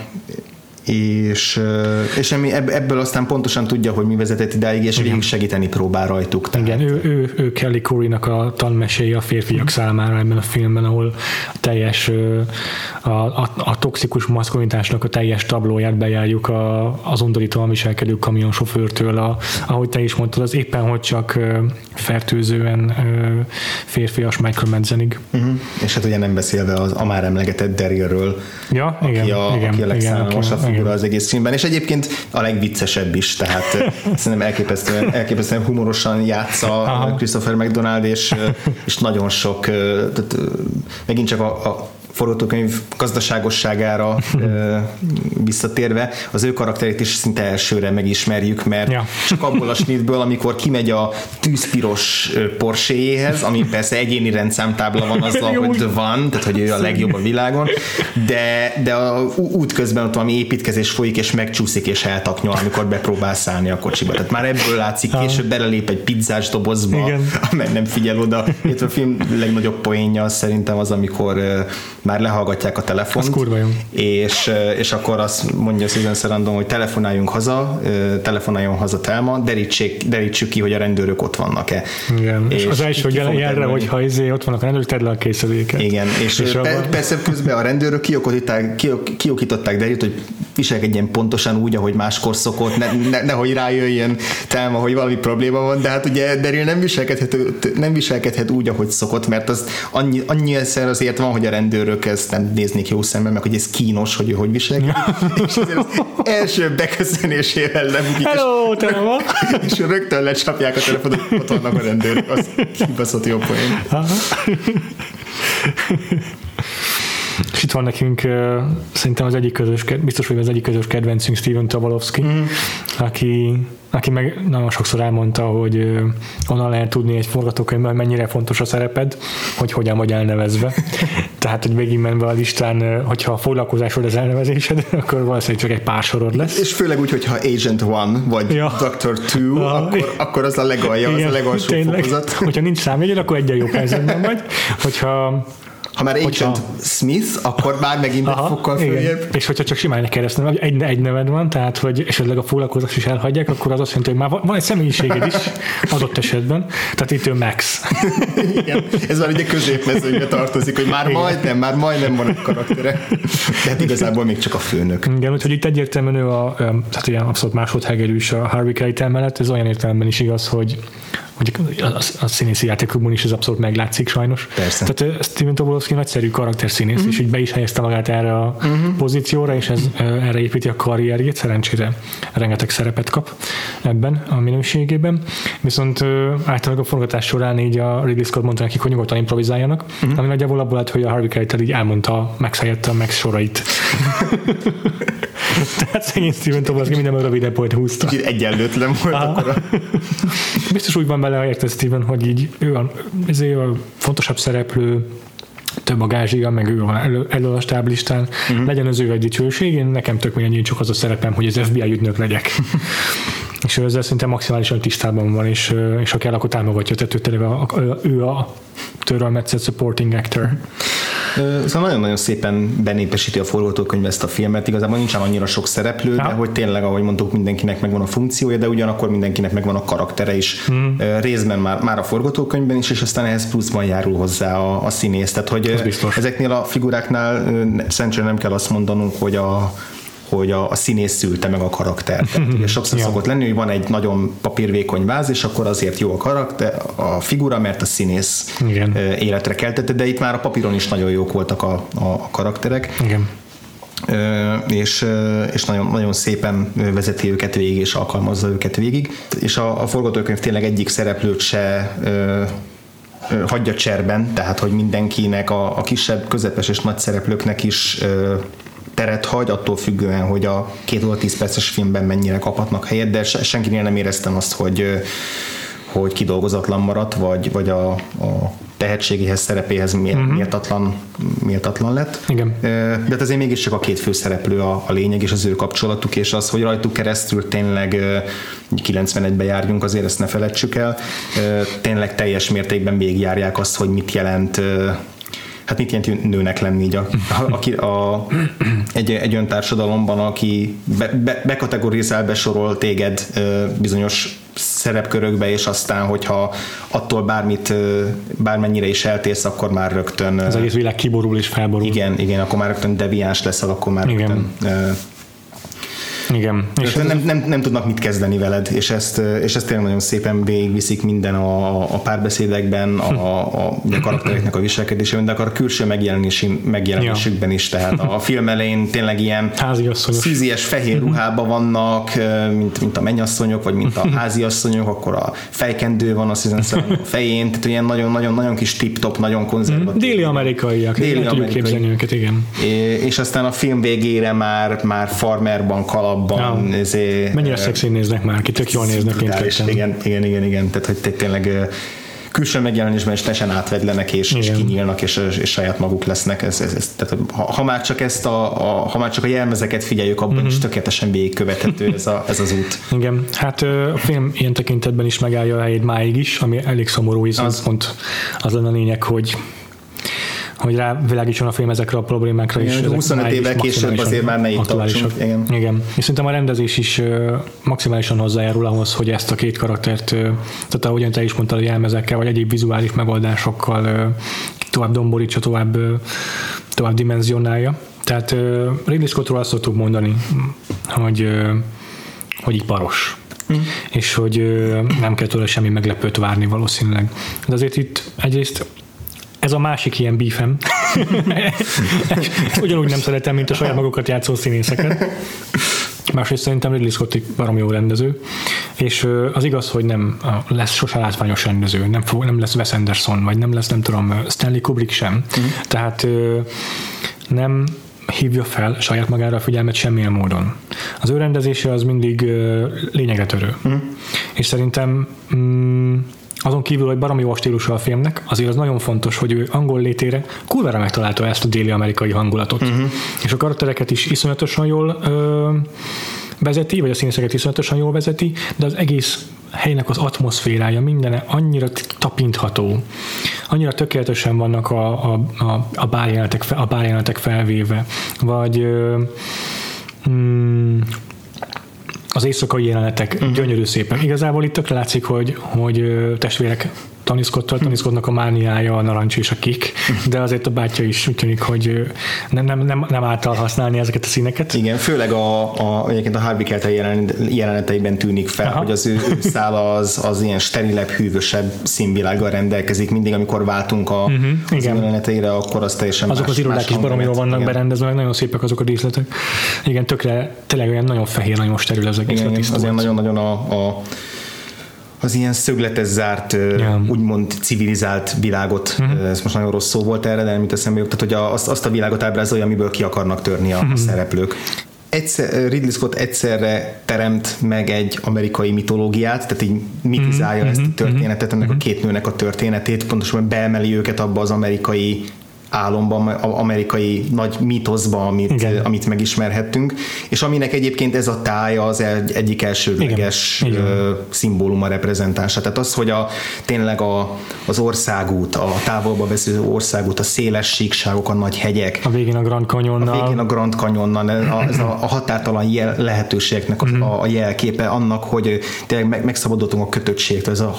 S1: ebből aztán pontosan tudja, hogy mi vezetett idáig, és végig segíteni próbál rajtuk.
S2: Tehát. Igen, ő Kelly Curry-nak a tanmeséje a férfiak számára ebben a filmben, ahol teljes a toxikus maszkulinitásnak a teljes tablóját bejárjuk az undorítóan viselkedő kamionsofőrtől, ahogy te is mondtad, az éppen, hogy csak fertőzően férfias Michael Madsenig.
S1: És hát ugye nem beszélve a már emlegetett Darylről, aki a legszánalmasabb figura az egész filmben, és egyébként a legviccesebb is, tehát szerintem elképesztően humorosan játsza Christopher McDonald, és nagyon sok, tehát megint csak a forgatókönyv gazdaságosságára visszatérve, az ő karakterét is szinte elsőre megismerjük, mert csak abból a snitből, amikor kimegy a tűzpiros Porsche-jéhez, ami persze egyéni rendszámtábla van azzal, hogy van, tehát hogy ő a legjobb a világon, de a útközben ott valami építkezés folyik, és megcsúszik, és eltaknyol, amikor bepróbál szállni a kocsiba. Tehát már ebből látszik, később belelép egy pizzás dobozba, amely nem figyel oda. Itt a film legnagyobb poénja szerintem az, amikor már lehallgatják a telefont, és akkor azt mondja Susan Sarandon, hogy telefonáljon haza Thelma, derítsük ki, hogy a rendőrök ott vannak-e.
S2: Igen, és az első jelre, hogyha ott vannak a rendőrök, tedd le a készüléket.
S1: Igen, és persze közben a rendőrök kiokították Darylt, hogy viselkedjen pontosan úgy, ahogy máskor szokott, nehogy rájöjjön Thelma, hogy valami probléma van, de hát ugye Daryl nem viselkedhet úgy, ahogy szokott, mert az annyi egyszer azért van, hogy a rendőrök ezt nem néznék jó szemben, meg hogy ez kínos, hogy ő hogy viselkedik. És azért az első beköszönésével lebukik, és rögtön lecsapják a telefonot, ott vannak a rendőrök. Az kibaszott jó poén.
S2: És itt van nekünk szerintem az egyik közös, biztos, hogy az egyik közös kedvencünk Steven Tobolowsky, aki meg nagyon sokszor elmondta, hogy onnan lehet tudni egy forgatókönyvben, mennyire fontos a szereped, hogy hogyan vagy elnevezve. Tehát, hogy végigmenve a listán, hogyha a foglalkozásod az elnevezésed, akkor valószínűleg csak egy pár sorod lesz.
S1: És főleg úgy, hogyha Agent 1 vagy Dr. 2, akkor az a legalja, igen, az a legalsó fokozat.
S2: Hogyha nincs számjegyed, akkor egyen jó helyzetben vagy.
S1: Ha már Agent Smith, akkor már megint egy fokkal följebb.
S2: És hogyha csak simán egy keresztneved, egy neved van, tehát hogy esetleg a foglalkozást is elhagyják, akkor az azt jelenti, hogy már van egy személyiséged is adott esetben. Tehát itt ő Max.
S1: Igen, ez már ugye középmezőnybe tartozik, hogy már majdnem van egy karaktere. De hát igazából még csak a főnök.
S2: Igen, úgyhogy itt egyértelműen ő tehát ilyen abszolút másodhegerűs a Harvey Keitel mellett, ez olyan értelemben is igaz, hogy a színészi játékokban is ez abszolút meglátszik sajnos.
S1: Persze.
S2: Tehát Steven Tobolowsky nagyszerű karakterszínész, és így be is helyezte magát erre a pozícióra, és ez erre építi a karrierjét, szerencsére rengeteg szerepet kap ebben a minőségében. Viszont általában a forgatás során így a Ridley Scott mondta nekik, hogy nyugodtan improvizáljanak, ami nagyjából abból lett, hogy a Harvey Keitel így elmondta Max helyett a Max sorait. Tehát szegény Steven Tobolowsky minden rövidebb volt húzta.
S1: Egyenlőtlen volt akkor.
S2: Biztos úgy van bele, ha érted Steven, hogy így ő a fontosabb szereplő, több a gázsia, meg ő van elő a stáblistán, legyen az ő egy dicsőség, én nekem tök mindegy, csak az a szerepem, hogy az FBI ügynök legyek. És ő ezzel szinte maximálisan tisztában van, és ha kell, akkor támogatja, tehát ő a törölmetszett supporting actor.
S1: Szóval nagyon-nagyon szépen benépesíti a forgatókönyv ezt a filmet, igazából nincsen annyira sok szereplő, de hogy tényleg, ahogy mondtuk, mindenkinek megvan a funkciója, de ugyanakkor mindenkinek megvan a karaktere is, részben már a forgatókönyvben is, és aztán ehhez pluszban járul hozzá a színész. Tehát, hogy ezeknél a figuráknál szerencsére nem kell azt mondanunk, hogy a színész szülte meg a karaktert. Tehát, sokszor szokott lenni, hogy van egy nagyon papírvékony váz, és akkor azért jó a karakter, a figura, mert a színész életre keltette, de itt már a papíron is nagyon jók voltak a karakterek.
S2: Igen.
S1: És nagyon, nagyon szépen vezeti őket végig, és alkalmazza őket végig. És a forgatókönyv tényleg egyik szereplőt se hagyja cserben, tehát hogy mindenkinek, a kisebb, közepes és nagy szereplőknek is teret hagy, attól függően, hogy a 2 óra 10 perces filmben mennyire kaphatnak helyet, de senkinél nem éreztem azt, hogy kidolgozatlan maradt, vagy a tehetségéhez, szerepéhez méltatlan lett.
S2: Igen.
S1: De azért mégiscsak a 2 főszereplő a lényeg, és az ő kapcsolatuk, és az, hogy rajtuk keresztül tényleg 91-ben járjunk, azért ezt ne felejtsük el. Tényleg teljes mértékben végigjárják azt, hogy mit jelent nőnek lenni így egy olyan társadalomban, aki bekategorizál, besorol téged bizonyos szerepkörökbe, és aztán, hogyha attól bármennyire is eltérsz, akkor már rögtön...
S2: Az egész világ kiborul és felborul.
S1: Igen, akkor már rögtön deviáns leszel, akkor már rögtön...
S2: Igen.
S1: És nem tudnak mit kezdeni veled, és ezt tényleg nagyon szépen végigviszik minden a párbeszédekben, a karaktereknek a viselkedésében, de akár a külső megjelenésükben is, tehát a film elején tényleg ilyen szízies fehér ruhában vannak, mint a mennyasszonyok, vagy mint a háziasszonyok, akkor a fejkendő van a fején, tehát ilyen nagyon-nagyon kis tip-top, nagyon konzervatív.
S2: Déli amerikaiak, tudjuk képzelni őket, igen.
S1: És aztán a film végére már farmerban, kalapban.
S2: Mennyire szexin néznek már, ki tök jól néznek.
S1: Igen. Tehát, hogy tényleg külső megjelenésben is teljesen átvedlenek, és kinyílnak, és saját maguk lesznek. Tehát, ha már csak a jelmezeket figyeljük, abban is tökéletesen végigkövethető ez az út.
S2: Igen, hát a film ilyen tekintetben is megállja a helyét máig is, ami elég szomorú, viszont pont az lenne a lényeg, hogy rávilágítson a film ezekre a problémákra is.
S1: 25 évvel később azért már ne itt tartsunk.
S2: Igen. És szerintem a rendezés is maximálisan hozzájárul ahhoz, hogy ezt a 2 karaktert, tehát ahogyan te is mondtad, a jelmezekkel, vagy egyéb vizuális megoldásokkal tovább domborítsa, tovább dimenzionálja. Tehát Ridley Scottról azt szoktuk mondani, hogy iparos. És hogy nem kell tőle semmi meglepőt várni valószínűleg. De azért itt egyrészt ez a másik ilyen beefem. Ugyanúgy nem szeretem, mint a saját magukat játszó színészeket. Másrészt szerintem Ridley Scott egy baromi jó rendező, és az igaz, hogy nem lesz sose látványos rendező, nem lesz Wes Anderson, vagy nem lesz, nem tudom, Stanley Kubrick sem. Tehát nem hívja fel saját magára a figyelmet semmilyen módon. Az ő rendezése az mindig lényegre törő. És szerintem azon kívül, hogy baromi jó a stílusa a filmnek, azért az nagyon fontos, hogy ő angol létére kurvára megtalálta ezt a déli amerikai hangulatot. És a karaktereket is iszonyatosan jól vezeti, vagy a színészeket iszonyatosan jól vezeti, de az egész helynek az atmoszférája, mindene annyira tapintható, annyira tökéletesen vannak a bárjelenetek felvéve, vagy az éjszakai jelenetek gyönyörű szépen. Igazából itt tökre látszik, hogy testvérek taniszkodnak, a mániája a narancs és a kék, de azért a bátyja is úgy tűnik, hogy nem által használni ezeket a színeket.
S1: Igen, főleg egyébként a Harvey Keitel jeleneteiben tűnik fel, hogy az ő szál az ilyen sterilebb, hűvösebb színvilággal rendelkezik. Mindig, amikor váltunk az jeleneteire, akkor az teljesen
S2: azok az irodák is baromi jól vannak berendezve, meg nagyon szépek azok a díszletek. Igen, tökre, tényleg olyan nagyon fehér, nagyon steril az egész.
S1: Igen, az ilyen nagyon-nagyon az ilyen szögletes zárt, úgymond civilizált világot, ez most nagyon rossz szó volt erre, de nem jut eszembe jut, tehát hogy azt a világot ábrázolja, amiből ki akarnak törni a szereplők. Ridley Scott egyszerre teremt meg egy amerikai mitológiát, tehát így mitizálja ezt a történetet, ennek a két nőnek a történetét, pontosan beemeli őket abba az amerikai álomban, amerikai nagy mítoszba, amit megismerhettünk, és aminek egyébként ez a tája az egyik elsődleges szimbóluma, reprezentása. Tehát az, hogy tényleg az országút, a távolba vezető országút, a széles síkságok, a nagy hegyek.
S2: A végén a Grand Canyonnal.
S1: Ez a határtalan lehetőségeknek a jelképe annak, hogy tényleg megszabadultunk a kötöttségtől, ez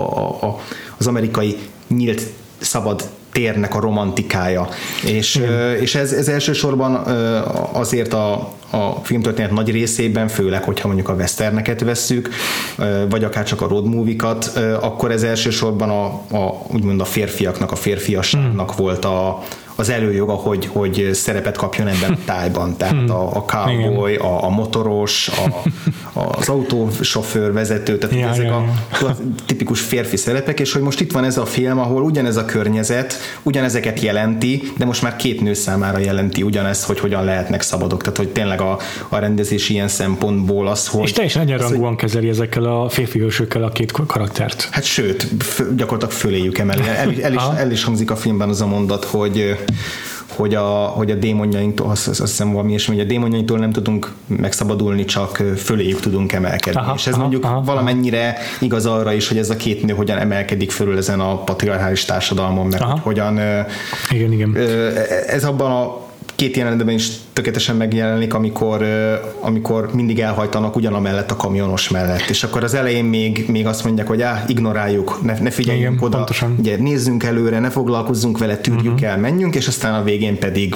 S1: az amerikai nyílt, szabad térnek a romantikája. És ez elsősorban azért a filmtörténet nagy részében, főleg, hogyha mondjuk a westerneket vesszük, vagy akár csak a road movie-kat, akkor ez elsősorban úgymond a férfiaknak, a férfiasságnak volt az előjoga, hogy szerepet kapjon ebben a tájban. Tehát a cowboy, a motoros, az autósofőr, vezető, tehát ezek a tipikus férfi szerepek, és hogy most itt van ez a film, ahol ugyanez a környezet, ugyanezeket jelenti, de most már két nő számára jelenti ugyanezt, hogy hogyan lehetnek szabadok. Tehát, hogy tényleg a rendezés ilyen szempontból az, hogy...
S2: És teljesen egyenrangúan kezeli ezekkel a férfi hősökkel a két karaktert.
S1: Hát sőt, gyakorlatilag föléjük emeli. El is hangzik a filmben az a mondat, hogy a démonjainktól, azt hiszem valami ilyesmi, hogy a démonjainktól nem tudunk megszabadulni, csak föléjük tudunk emelkedni. És ez valamennyire igaz arra is, hogy ez a két nő hogyan emelkedik fölül ezen a patriarchális társadalmon, meg hogyan...
S2: Igen.
S1: Ez abban a két jelenetben is tökéletesen megjelenik, amikor mindig elhajtanak ugyanamellett a kamionos mellett. És akkor az elején még azt mondják, hogy ignoráljuk, ne figyeljünk oda, ugye, nézzünk előre, ne foglalkozzunk vele, tűrjük el, menjünk, és aztán a végén pedig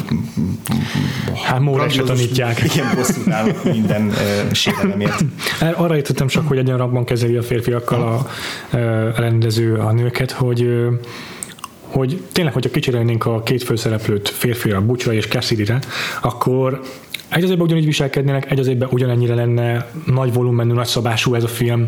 S2: móra se tanítják.
S1: Igen, bosszút állnak minden sérelemért.
S2: Arra jöttem csak, hogy egyenrangban kezeli a férfiakkal a rendező a nőket, hogy tényleg, hogyha kicserélnénk a két főszereplőt, férfira, Butchra és Cassidy-re, akkor egy az évben ugyanígy viselkednének, egy az évben ugyanennyire lenne nagy volumenű, nagy szabású ez a film,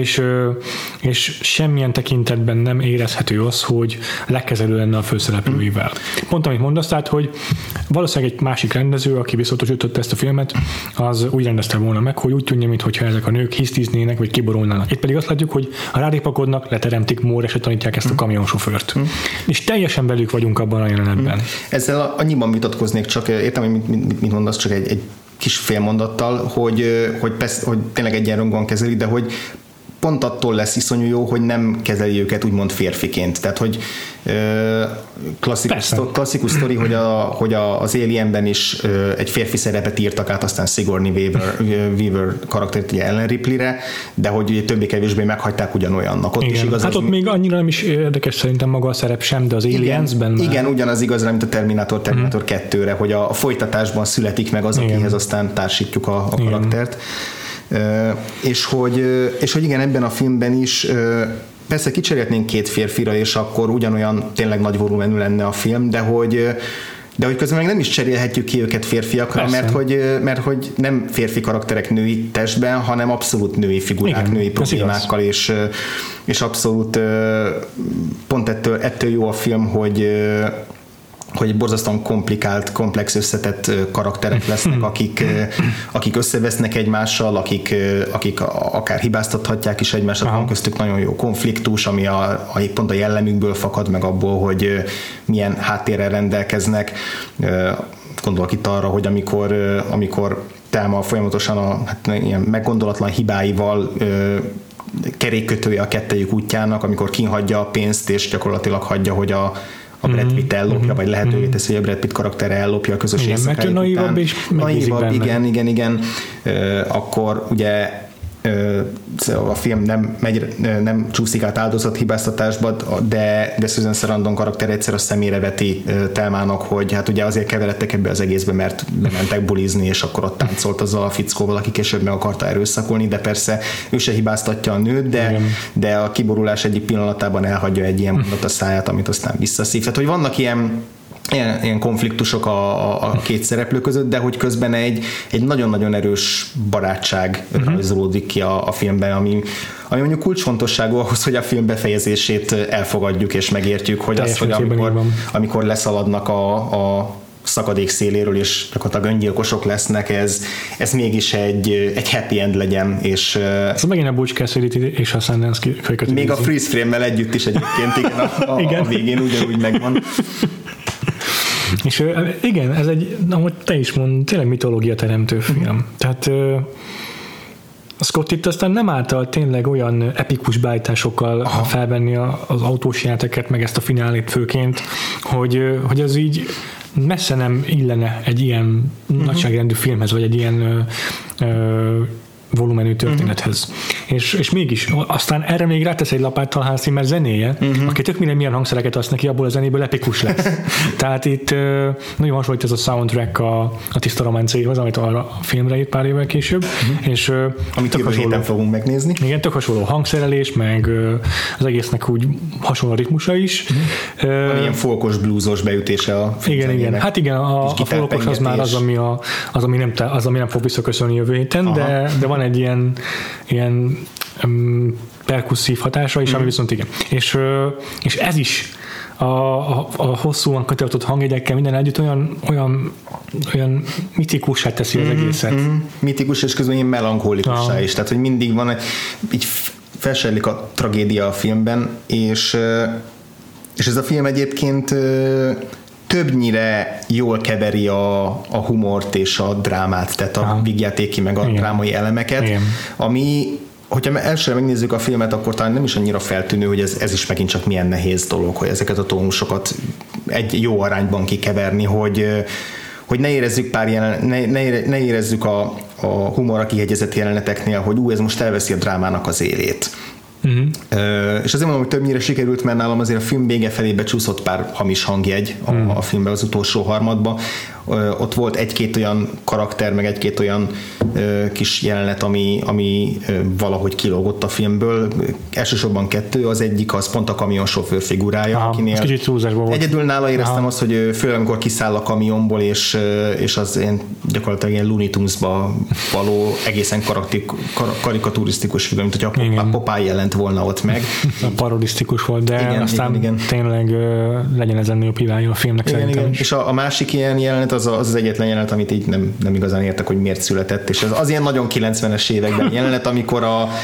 S2: és semmilyen tekintetben nem érezhető az, hogy lekezelő lenne a főszereplőivel. Pont amit mondasz, tehát, hogy valószínűleg egy másik rendező, aki visszatosította ezt a filmet, az úgy rendezte volna meg, hogy úgy tűnje, mintha ezek a nők hisztiznének, vagy kiborulnának. Itt pedig azt látjuk, hogy ha rárépakodnak, leteremtik, móra se tanítják ezt a kamionsofőrt. És teljesen velük vagyunk abban a jelenetben.
S1: Ezzel annyiban vitatkoznék, csak értem, hogy mit mondasz, csak egy kis félmondattal, hogy tényleg egyenrangúan kezeli, de hogy pont attól lesz iszonyú jó, hogy nem kezeli őket úgymond férfiként. Tehát, hogy klasszikus sztori, hogy az Alienben is egy férfi szerepet írtak át, aztán Sigourney Weaver karaktert ugye Ellen Ripleyre, de hogy többé-kevésbé meghagyták ugyanolyannak. Ott is igaz,
S2: hát ott még annyira nem is érdekes szerintem maga a szerep sem, de az Aliensben...
S1: Igen, ugyanaz igaz, mint a Terminator 2-re, hogy a folytatásban születik meg az, akihez aztán társítjuk a karaktert. És hogy igen, ebben a filmben is persze kicserélhetnénk két férfira, és akkor ugyanolyan tényleg nagy volumenű lenne a film, de hogy közben meg nem is cserélhetjük ki őket férfiakra, mert hogy nem férfi karakterek női testben, hanem abszolút női figurák, igen, női problémákkal, és abszolút pont ettől jó a film, hogy borzasztóan komplikált, komplex összetett karakterek lesznek, akik összevesznek egymással, akik akár hibáztathatják is egymást, van köztük nagyon jó konfliktus, ami pont a jellemükből fakad, meg abból, hogy milyen háttérrel rendelkeznek. Gondolok itt arra, hogy amikor Thelma folyamatosan ilyen meggondolatlan hibáival kerékkötője a kettejük útjának, amikor kinhagyja a pénzt, és gyakorlatilag hagyja, hogy a Brad Pitt ellopja, vagy lehetővé teszi, hogy a Brad Pitt karaktere ellopja a közös éjszakáit után. Naivabb, igen. Akkor ugye a film nem csúszik át áldozathibáztatásba, de Susan Sarandon karakter egyszer a szemére veti Thelmának, hogy hát ugye azért keveredtek ebbe az egészbe, mert bementek bulizni, és akkor ott táncolt azzal a fickóval, aki később meg akarta erőszakolni, de persze ő se hibáztatja a nőt, de a kiborulás egyik pillanatában elhagyja egy ilyen mondat a száját, amit aztán visszaszív. Tehát, hogy vannak ilyen konfliktusok a két szereplő között, de hogy közben egy nagyon-nagyon erős barátság rajzolódik ki a filmben, ami mondjuk kulcsfontosságú ahhoz, hogy a film befejezését elfogadjuk és megértjük, hogy az, hogy amikor leszaladnak a szakadék széléről, és gyakorlatilag öngyilkosok lesznek, ez mégis egy happy end legyen. És
S2: ez megint a Butch Cassidy és a Sundance kölyköt.
S1: Még a freeze frame-mel együtt is egyébként igen, a végén ugyanúgy megvan.
S2: És igen, ez egy, ahogy te is mondod, tényleg mitológia teremtő film. Tehát a Scott itt aztán nem által tényleg olyan epikus beállításokkal felvenni az autós jeleneteket, meg ezt a finálét főként, hogy az így messze nem illene egy ilyen nagyságrendű filmhez, vagy egy ilyen volumenű történethez. És mégis, aztán erre még rátesz egy lapáttal Hans Zimmer zenéje, aki tök minden milyen hangszereket adsz neki, abból a zenéből epikus lesz. Tehát itt nagyon hasonlít ez a soundtrack a Tiszta Románcéhoz, amit arra a filmre írt pár évvel később. És
S1: amit jövő héten fogunk megnézni.
S2: Igen, tök hasonló hangszerelés, meg az egésznek úgy hasonló ritmusa is.
S1: Ilyen folkos, bluesos beütése a
S2: filmzenének. Igen. Hát igen, a folkos az már az, ami nem fog visszaköszönni jövő héten, de van egy ilyen perkusszív hatása is, ami viszont igen. És ez is a hosszúan kitartott hangjegyekkel minden együtt olyan mitikussá teszi az egészet.
S1: Mitikus, és közben ilyen melankólikussá is. Tehát, hogy mindig van így felsejlik a tragédia a filmben, és ez a film egyébként többnyire jól keveri a humort és a drámát, tehát a vígjátéki meg a drámai elemeket, ami, hogyha elsőre megnézzük a filmet, akkor talán nem is annyira feltűnő, hogy ez is megint csak milyen nehéz dolog, hogy ezeket a tónusokat egy jó arányban kikeverni, hogy ne érezzük ne érezzük a humorra kihegyezett jeleneteknél, hogy ez most elveszi a drámának az élét. És azért mondom, hogy többnyire sikerült, mert nálam azért a film vége felé becsúszott pár hamis hangjegy a filmben az utolsó harmadban. Ott volt egy-két olyan karakter, meg egy-két olyan kis jelenet, ami valahogy kilógott a filmből. Elsősorban kettő, az egyik az pont a kamionsofőr figurája, akinél egyedül nála éreztem azt, hogy főleg amikor kiszáll a kamionból, és az ilyen gyakorlatilag ilyen Looney Tunes-ba való egészen karikaturisztikus figura, mint hogyha a Popeye jelent volna ott meg.
S2: Parodisztikus volt, de igen, aztán igen. Tényleg legyen ezen jobb hibája a filmnek szerintem. Igen.
S1: És a másik ilyen jelenet az egyetlen jelenet, amit így nem igazán értek, hogy miért született, és az ilyen nagyon 90-es években jelenet, amikor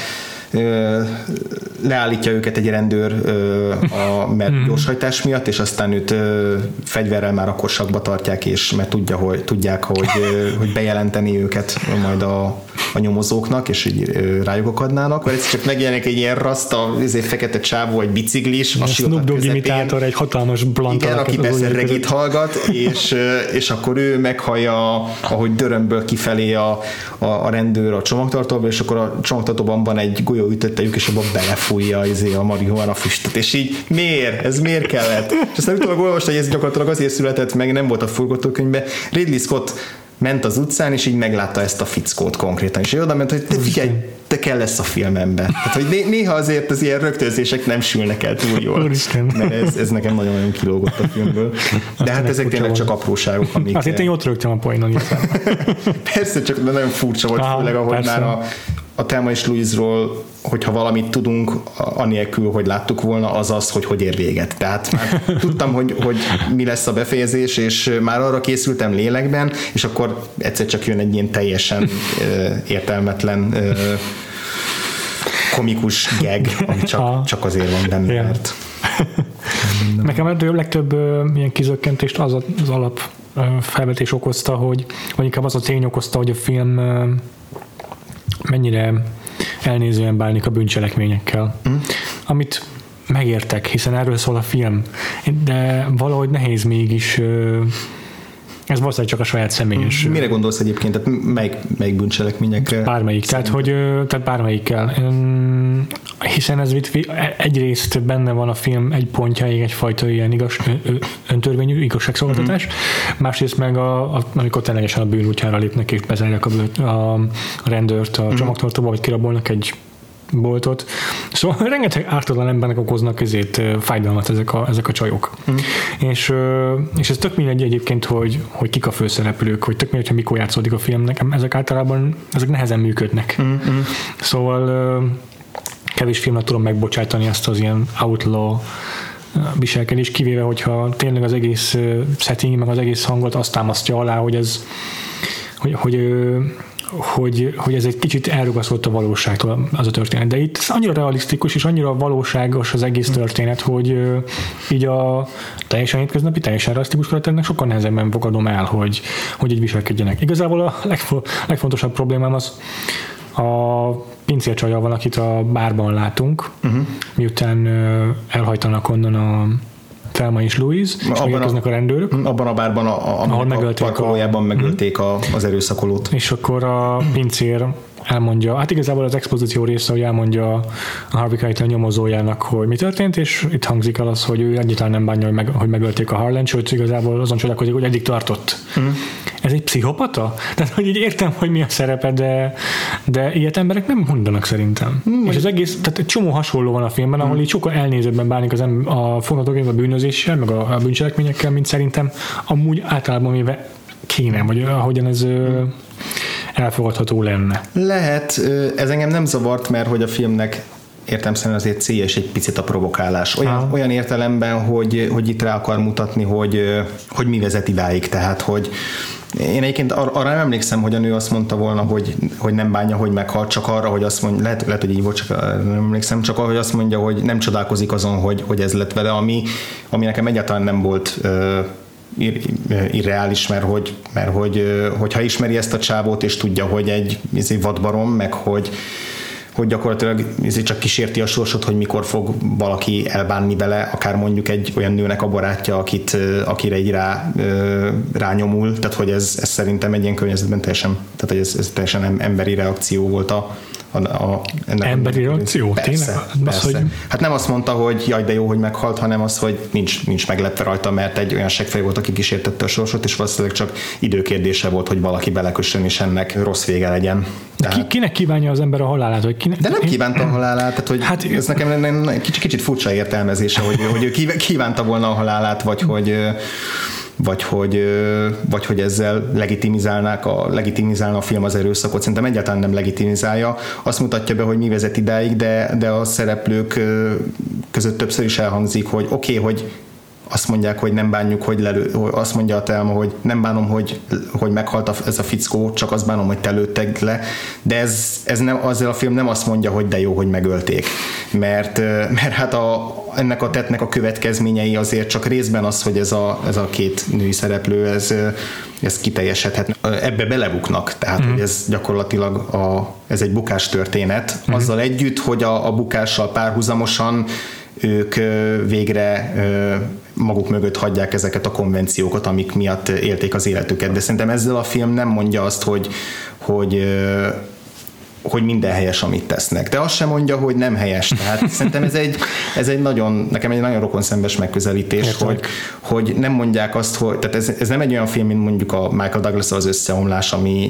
S1: leállítja őket egy rendőr mert gyorshajtás miatt, és aztán őt fegyverrel már akkor sakba tartják, és mert tudják, hogy bejelenteni őket majd a nyomozóknak, és így rájuk akadnának, vagy egyszer csak megjelenik egy ilyen rasta, fekete csávó, egy biciklis, a
S2: Snoop Dogg imitátor, egy hatalmas blant.
S1: Igen, aki persze regit hallgat, és akkor ő meghallja, ahogy dörömből kifelé a rendőr a csomagtartóba, és akkor a csomagtartóban van egy golyó ütöttejük, és abban belefújja a marihuana füstöt, és így ez miért kellett? És aztán utólag olvastam, hogy ez gyakorlatilag azért született meg, nem volt a forgatókönyvben. Ridley Scott ment az utcán, és így meglátta ezt a fickót konkrétan, és oda ment, hogy te figyelj, te kell lesz a filmemben. Tehát, hogy néha azért az ilyen rögtönzések nem sülnek el túl jól. Mert ez nekem nagyon-nagyon kilógott a filmből. De hát ezek tényleg csak apróságok, amik...
S2: Azért én ott rögtem a poénon.
S1: Persze, csak nagyon furcsa volt, főleg ahogy már a Thelma és Louise-ról, hogyha valamit tudunk, anélkül, hogy láttuk volna, az, hogy ér véget. Tehát már tudtam, hogy mi lesz a befejezés, és már arra készültem lélekben, és akkor egyszer csak jön egy ilyen teljesen értelmetlen komikus gag, ami csak azért van benne,
S2: yeah.
S1: mert...
S2: Nekem a legtöbb ilyen kizökkentést az alap felvetés okozta, vagy inkább az a tény okozta, hogy a film mennyire elnézően bánik a bűncselekményekkel. Amit megértek, hiszen erről szól a film, de valahogy nehéz mégis, ez valószínűleg csak a saját személyes.
S1: Mire gondolsz egyébként? Tehát melyik bűncselekményekre?
S2: Bármelyik. Tehát bármelyikkel. Hiszen ez egyrészt benne van a film egy pontjáig egyfajta ilyen öntörvényű igazságszolgáltatás, másrészt meg amikor ténylegesen a bűn útjára lépnek és bezárják a rendőrt a csomagtartóba, vagy kirabolnak egy boltot. Szóval rengeteg ártatlan embernek okoznak ezért fájdalmat ezek a csajok. És ez tök mindegy egyébként, hogy kik a főszereplők, hogy tök mindegy, hogy mikor játszódik a film. Nekem ezek általában nehezen működnek. Szóval kevés filmnek tudom megbocsátani ezt az ilyen outlaw viselkedést, kivéve, hogyha tényleg az egész setting, meg az egész hangot azt támasztja alá, hogy ez hogy ez egy kicsit elrugaszkodott a valóságtól az a történet. De itt annyira realisztikus és annyira valóságos az egész történet, hogy így a teljesen hétköznapi, teljesen realisztikus karakternek sokkal nehezebben fogadom el, hogy így viselkedjenek. Igazából a legfontosabb problémám az a pincércsajjal van, akit a bárban látunk, miután elhajtanak onnan a Thelma és Louise, és megérkeznek a rendőrök.
S1: Abban a bárban, a parkolójában megölték az erőszakolót.
S2: És akkor a pincér elmondja, hát igazából az expozíció része, hogy elmondja a Harvey Keitel nyomozójának, hogy mi történt, és itt hangzik el az, hogy ő egyáltalán nem bánja, hogy megölték a Harlan, sőt igazából azon csodálkozik, hogy eddig tartott. Ez egy pszichopata? Tehát, hogy így értem, hogy mi a szerepe, de ilyet emberek nem mondanak szerintem. És az egész, tehát egy csomó hasonló van a filmben, ahol így sokkal elnézőbben bánik a forgatókönyv a bűnözéssel, meg a bűncselekményekkel, mint szerintem amúgy általában véve kéne, vagy ahogyan ez elfogadható lenne.
S1: Lehet, ez engem nem zavart, mert hogy a filmnek értelemszerűen azért célja is egy picit a provokálás. Olyan értelemben, hogy itt rá akar mutatni, hogy mi vezet idáig. Tehát, hogy én egyébként arra nem emlékszem, hogy a nő azt mondta volna, hogy nem bánja, hogy meghalt, csak arra, hogy azt mondja, lehet, hogy így volt, csak nem emlékszem, csak arra, hogy azt mondja, hogy nem csodálkozik azon, hogy ez lett vele, ami nekem egyáltalán nem volt irreális, mert hogyha ismeri ezt a csávót, és tudja, hogy egy vadbarom, meg hogy gyakorlatilag csak kísérti a sorsot, hogy mikor fog valaki elbánni vele, akár mondjuk egy olyan nőnek a barátja, akire így rányomul, tehát hogy ez szerintem egy ilyen környezetben teljesen, tehát hogy ez teljesen emberi reakció volt
S2: emberi reakció?
S1: Persze.
S2: Hogy...
S1: Hát nem azt mondta, hogy jaj, de jó, hogy meghalt, hanem az, hogy nincs meglepve rajta, mert egy olyan seggfej volt, aki kísértette a sorsot, és valószínűleg csak időkérdése volt, hogy valaki belekössön, és ennek rossz vége legyen.
S2: Tehát... Kinek kívánja az ember a halálát?
S1: De nem kívánta a halálát, tehát hogy hát, ez nekem kicsit furcsa értelmezése, hogy ő kívánta volna a halálát, vagy hogy ezzel legitimizálna a film az erőszakot. Szerintem egyáltalán nem legitimizálja. Azt mutatja be, hogy mi vezet idáig, de a szereplők között többször is elhangzik, hogy oké, hogy azt mondják, hogy nem bánjuk, azt mondja a Thelma, hogy nem bánom, hogy meghalt ez a fickó, csak azt bánom, hogy te lőtted le, de ez nem, azzal a film nem azt mondja, hogy de jó, hogy megölték. Mert hát ennek a tettnek a következményei azért csak részben az, hogy ez a két női szereplő, ez kiteljesedhet. Ebbe belebuknak, tehát hogy ez gyakorlatilag ez egy bukás történet. Azzal együtt, hogy a bukással párhuzamosan ők végre maguk mögött hagyják ezeket a konvenciókat, amik miatt élték az életüket. De szerintem ezzel a film nem mondja azt, hogy minden helyes, amit tesznek. De azt sem mondja, hogy nem helyes. Tehát szerintem nekem egy nagyon rokonszenves megközelítés, hogy nem mondják azt, hogy tehát ez nem egy olyan film, mint mondjuk a Michael Douglas az Összeomlás,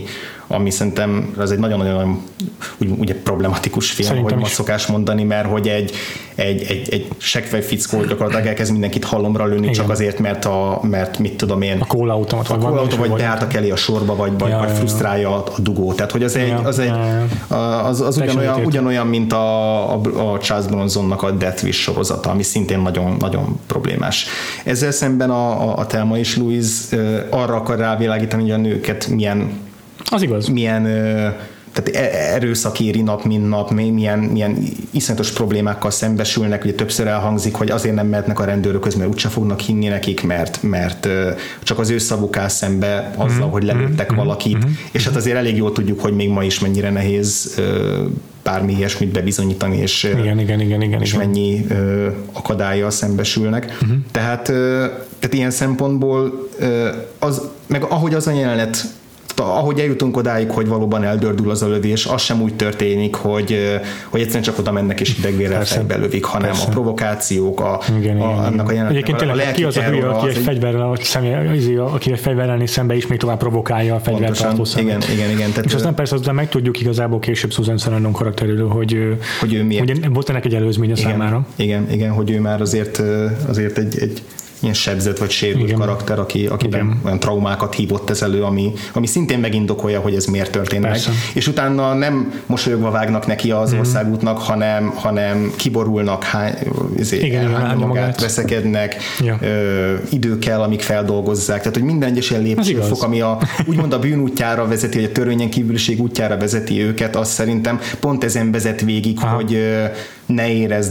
S1: ami szerintem az egy nagyon-nagyon ugye problematikus film, szerintem hogy most szokás mondani, mert hogy egy seggfej fickó gyakorlatilag elkezd mindenkit halomra lőni, igen. csak azért, mert mit tudom én,
S2: a kólaautomat
S1: vagy beálltak elé a sorba, vagy frusztrálja a dugó. Tehát, hogy az ugyanolyan, mint a Charles Bronsonnak a Death Wish sorozata, ami szintén nagyon, nagyon problémás. Ezzel szemben a Thelma és Louise arra akar rávilágítani, hogy a nőket milyen tehát erőszak éri nap, mint nap, milyen iszonyatos problémákkal szembesülnek, ugye többször elhangzik, hogy azért nem mehetnek a rendőrökhöz, mert úgyse fognak hinni nekik, mert csak az ő szavuk áll szembe azzal, hogy lelőttek valakit, és hát azért elég jól tudjuk, hogy még ma is mennyire nehéz bármi ilyesmit bebizonyítani, és mennyi akadállyal szembesülnek. Tehát ilyen szempontból meg ahogy az a jelenet, ahogy eljutunk odáig, hogy valóban eldördül az a lövés, az sem úgy történik, hogy egyszerűen csak oda mennek és idegvérrel fejbe lövik, hanem a provokációk, annak a jelenetnek a lelki terror.
S2: Aki egy fegyverrel szembe is még tovább provokálja a fegyvertartó szemét. Igen. És aztán persze aztán megtudjuk igazából később Susan Sarandon karakteréről, hogy volt ennek egy előzménye számára.
S1: Igen, hogy ő már azért egy ilyen sebzett vagy sérült karakter, akiben olyan traumákat hívott ez elő, ami szintén megindokolja, hogy ez miért történt meg. És utána nem mosolyogva vágnak neki az országútnak, hanem kiborulnak, hányja magát, veszekednek, idő kell, amíg feldolgozzák. Tehát, hogy minden egyes ilyen lépcsőfok, ami úgymond a bűn útjára vezeti, vagy a törvényen kívüliség útjára vezeti őket, az szerintem pont ezen vezet végig, hogy ne érezd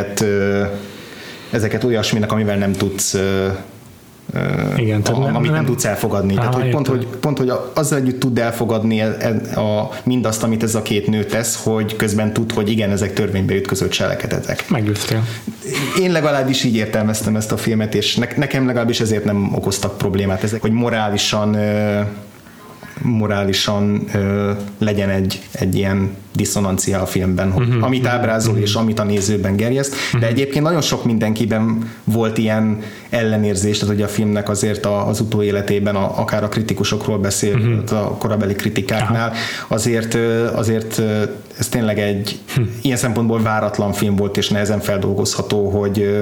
S1: ezeket olyasminek, amivel nem tudsz amit nem tudsz elfogadni. Tehát, hogy pont, hogy azzal együtt tud elfogadni mindazt, amit ez a két nő tesz, hogy közben tud, hogy igen, ezek törvénybe ütközött cselekedetek.
S2: Meggyőztél.
S1: Én legalábbis így értelmeztem ezt a filmet, és nekem legalábbis ezért nem okoztak problémát ezek, hogy morálisan legyen egy ilyen diszonancia a filmben, amit ábrázol és amit a nézőben gerjeszt, de egyébként nagyon sok mindenkiben volt ilyen ellenérzés, tehát hogy a filmnek azért az utóéletében, akár a kritikusokról beszél, a korabeli kritikáknál, azért ez tényleg egy ilyen szempontból váratlan film volt, és nehezen feldolgozható,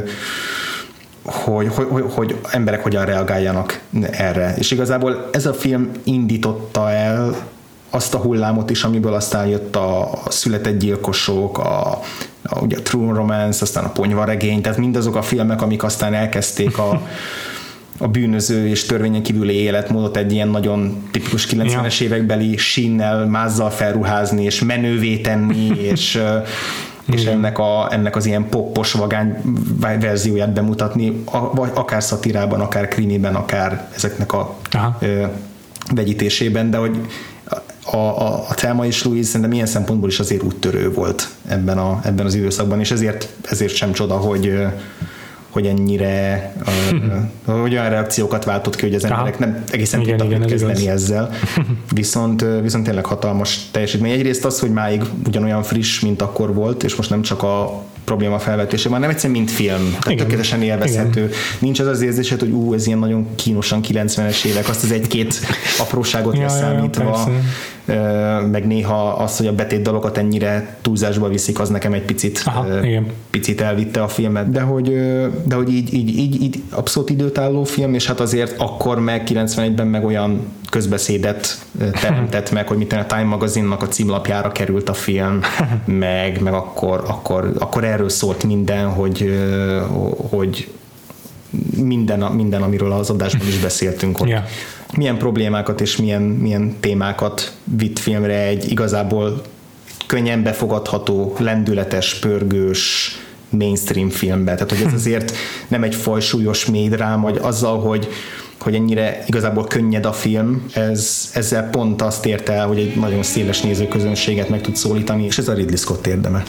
S1: hogy emberek hogyan reagáljanak erre. És igazából ez a film indította el azt a hullámot is, amiből aztán jött a Született gyilkosok, ugye a True Romance, aztán a Ponyvaregény, tehát mindazok a filmek, amik aztán elkezdték a bűnöző és törvényen kívüli életmódot egy ilyen nagyon tipikus 90-es évekbeli sínnel, mázzal felruházni, és menővé tenni, és ennek az ilyen poppos vagány verzióját bemutatni, vagy akár szatirában, akár krimiben, akár ezeknek a vegyítésében, de hogy a Thelma és Louise szerintem ilyen szempontból is azért úttörő volt ebben az időszakban, és ezért sem csoda, hogy ennyire hogy olyan reakciókat váltott ki, hogy az emberek nem egészen tudtak mit kezdeni ezzel. Viszont tényleg hatalmas teljesítmény. Egyrészt az, hogy máig ugyanolyan friss, mint akkor volt, és most nem csak a probléma felvetése van, nem egyszerűen mint film. Tehát tökéletesen élvezhető. Igen. Nincs az érzésed, hogy ez ilyen nagyon kínosan 90-es évek, azt az egy-két apróságot leszámítva, meg néha az, hogy a betét dalokat ennyire túlzásba viszik, az nekem egy picit elvitte a filmet. De hogy így abszolút időtálló film, és hát azért akkor meg 91-ben meg olyan közbeszédet teremtett meg, hogy a Time magazinnak a címlapjára került a film, meg akkor erről szólt minden, hogy minden, amiről az adásban is beszéltünk, hogy milyen problémákat és milyen témákat vitt filmre egy igazából könnyen befogadható, lendületes, pörgős mainstream filmbe. Tehát, hogy ez azért nem egy fajsúlyos mély dráma, vagy azzal, hogy ennyire igazából könnyed a film, ezzel pont azt érte el, hogy egy nagyon széles nézőközönséget meg tud szólítani, és ez a Ridley Scott érdeme.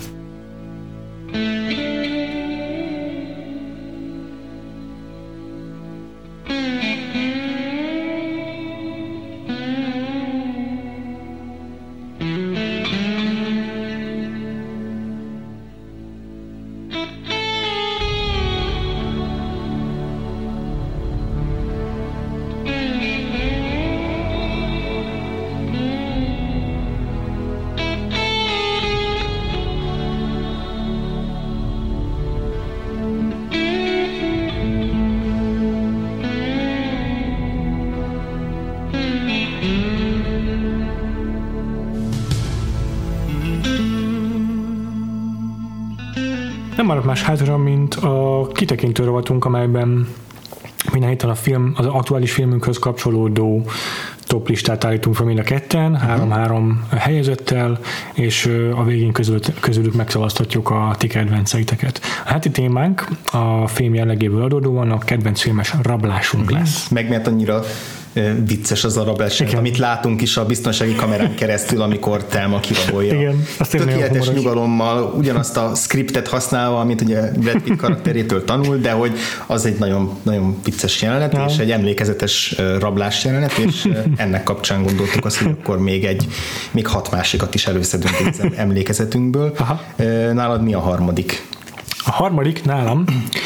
S2: Nem maradt más hátra, mint a kitekintő rovatunk, amelyben minden héten az aktuális filmünkhöz kapcsolódó top listát állítunk fel mind a ketten, 3-3 helyezettel, és a végén közülük megszavaztatjuk a ti kedvenceiteket. A heti témánk a film jellegéből adódóan a kedvenc filmes rablásunk lesz.
S1: Meg mert annyira vicces az a rablás, amit látunk is a biztonsági kamerán keresztül, amikor Thelma kirabolja.
S2: Igen,
S1: tökéletes nyugalommal, ugyanazt a scriptet használva, amit ugye Brad Pitt karakterétől tanul, de hogy az egy nagyon, nagyon vicces jelenet, és egy emlékezetes rablás jelenet, és ennek kapcsán gondoltuk azt, hogy akkor még 6 másikat is előszedünk az emlékezetünkből. Aha. Nálad mi a harmadik?
S2: A harmadik nálam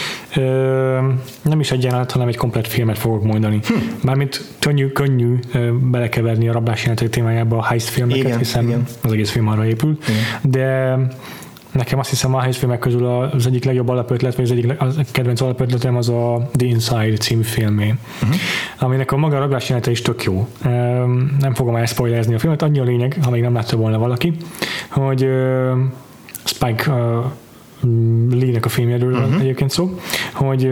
S2: nem is egy jelenet, hanem egy komplett filmet fogok mondani. Mármint könnyű belekeverni a rablás jelenetek témájába a heist filmeket, hiszen az egész film arra épül. De nekem azt hiszem a heist filmek közül az egyik legjobb alapötlet, vagy az egyik kedvenc alapötletem az a The Inside című filmé. Aminek a maga a rablás jelenete is tök jó. Nem fogom elszpoilerezni a filmet, annyi a lényeg, ha még nem látta volna valaki, hogy Spike Lee-nek a filmjéről egyébként szó, hogy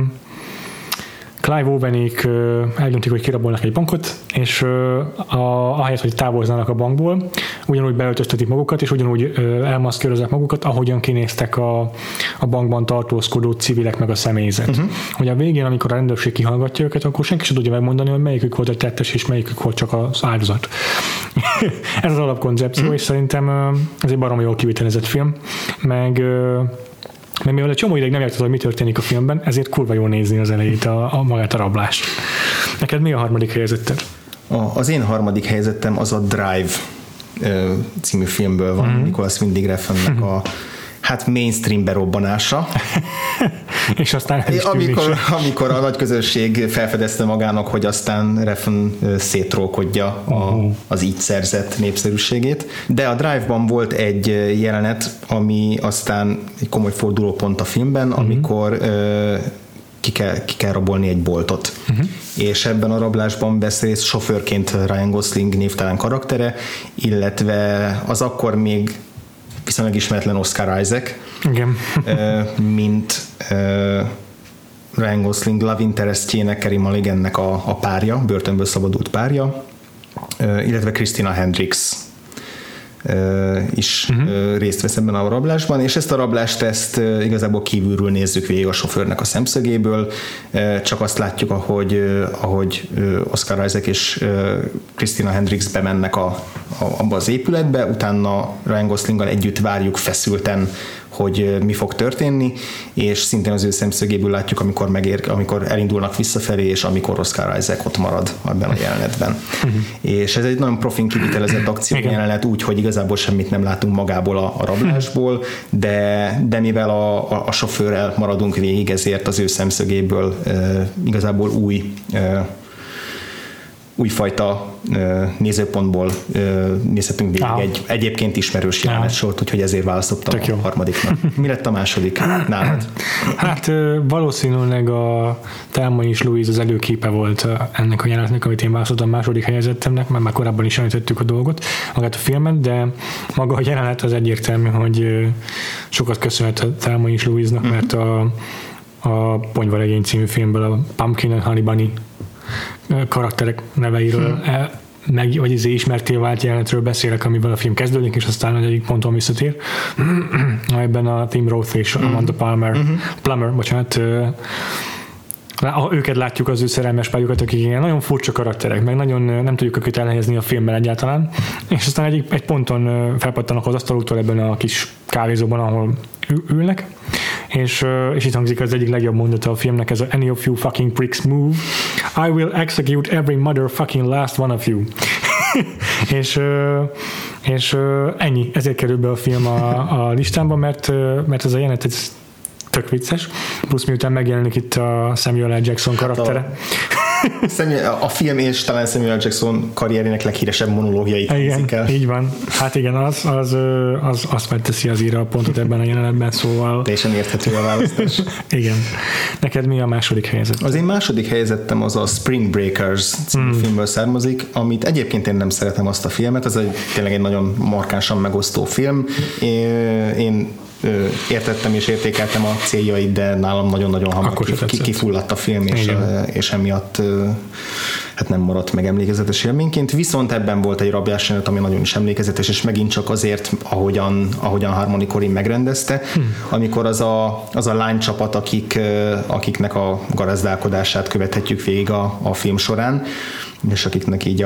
S2: Clive Owenék eldöntik, hogy kirabolnak egy bankot, és ahelyett, hogy távoznának a bankból, ugyanúgy beöltöztetik magukat, és ugyanúgy elmaszkírozzák magukat, ahogyan kinéztek a bankban tartózkodó civilek meg a személyzet. Hogy a végén, amikor a rendőrség kihallgatja őket, akkor senki sem tudja megmondani, hogy melyikük volt a tettes, és melyikük volt csak az áldozat. Ez az alapkoncepció, és szerintem ez egy baromi jól kivitelezett film, meg mivel egy csomó ideig nem érted, hogy mi történik a filmben, ezért kurva jól nézni az elejét, magát a rablást. Neked mi a harmadik helyezetted?
S1: Az én harmadik helyezettem az a Drive című filmből van, Nicholas Winding Refnnek a mainstream berobbanása.
S2: És aztán
S1: amikor a nagy közösség felfedezte magának, hogy aztán Refn szétrólkodja az így szerzett népszerűségét. De a Drive-ban volt egy jelenet, ami aztán egy komoly fordulópont a filmben, amikor ki kell rabolni egy boltot. És ebben a rablásban vesz részt sofőrként Ryan Gosling névtelen karaktere, illetve az akkor még viszonylag ismeretlen Oscar Isaac,
S2: igen.
S1: Mint Ryan Gosling love interestjének, Carey Mulligannek a párja, börtönből szabadult párja, illetve Christina Hendricks is részt vesz ebben a rablásban, és ezt a rablást igazából kívülről nézzük végig a sofőrnek a szemszögéből, csak azt látjuk, ahogy Oscar Isaac és Christina Hendricks bemennek abba az épületbe, utána Ryan Goslinggal együtt várjuk feszülten, hogy mi fog történni, és szintén az ő szemszögéből látjuk, amikor elindulnak visszafelé, és amikor Oscar Isaac ott marad abban a jelenetben. És ez egy nagyon profin kivitelezett akció jelenet, úgy, hogy igazából semmit nem látunk magából a rablásból, de mivel a sofőrrel maradunk végig, ezért az ő szemszögéből igazából újfajta nézőpontból nézhetünk végig egy egyébként ismerős jelenet-sort, úgyhogy ezért választottam a harmadiknak. Mi lett a második nálad?
S2: Hát valószínűleg a Thelma és Louise az előképe volt ennek a jelenetnek, amit én választottam második helyezettemnek, mert már korábban is említettük a dolgot, magát a filmet, de maga a jelenet az egyértelmű, hogy sokat köszönhet a Thelma és Louise-nak, mert a Ponyvaregény című filmből a Pumpkin and Honey Bunny karakterek neveiről vagy ismerté vált jelenetről beszélek, amivel a film kezdődik, és aztán egyik ponton visszatér. Ebben a Tim Roth és Amanda Plummer, bocsánat, őket látjuk, az ő szerelmes párjukat, akik ilyen nagyon furcsa karakterek, meg nagyon nem tudjuk őket elhelyezni a filmben egyáltalán, és aztán egy ponton felpattanak az asztaluktól ebben a kis kávézóban, ahol ülnek, és itt hangzik az egyik legjobb mondata a filmnek, ez a "Any of you fucking pricks move, I will execute every motherfucking last one of you." és ennyi, ezért kerül be a film a listámba, mert ez a jelenet tök vicces, plusz miután megjelenik itt a Samuel L. Jackson karaktere.
S1: A film és talán Samuel L. Jackson karrierének leghíresebb monológiait hangzik el.
S2: Igen, így van. Hát igen, az megteszi az íra a pontot ebben a jelenetben, szóval...
S1: Teljesen érthető a választás.
S2: Igen. Neked mi a második helyzet?
S1: Az én második helyzetem az a Spring Breakers című filmből származik, amit egyébként én nem szeretem azt a filmet, ez tényleg egy nagyon markánsan megosztó film. Én értettem és értékeltem a céljait, de nálam nagyon-nagyon hamar kifulladt a film, és emiatt hát nem maradt meg emlékezetes élményként. Viszont ebben volt egy rabjásjelenet, ami nagyon is emlékezetes, és megint csak azért, ahogyan Harmony Korine megrendezte, amikor az a lánycsapat, akiknek a garázdálkodását követhetjük végig a film során, és akiknek így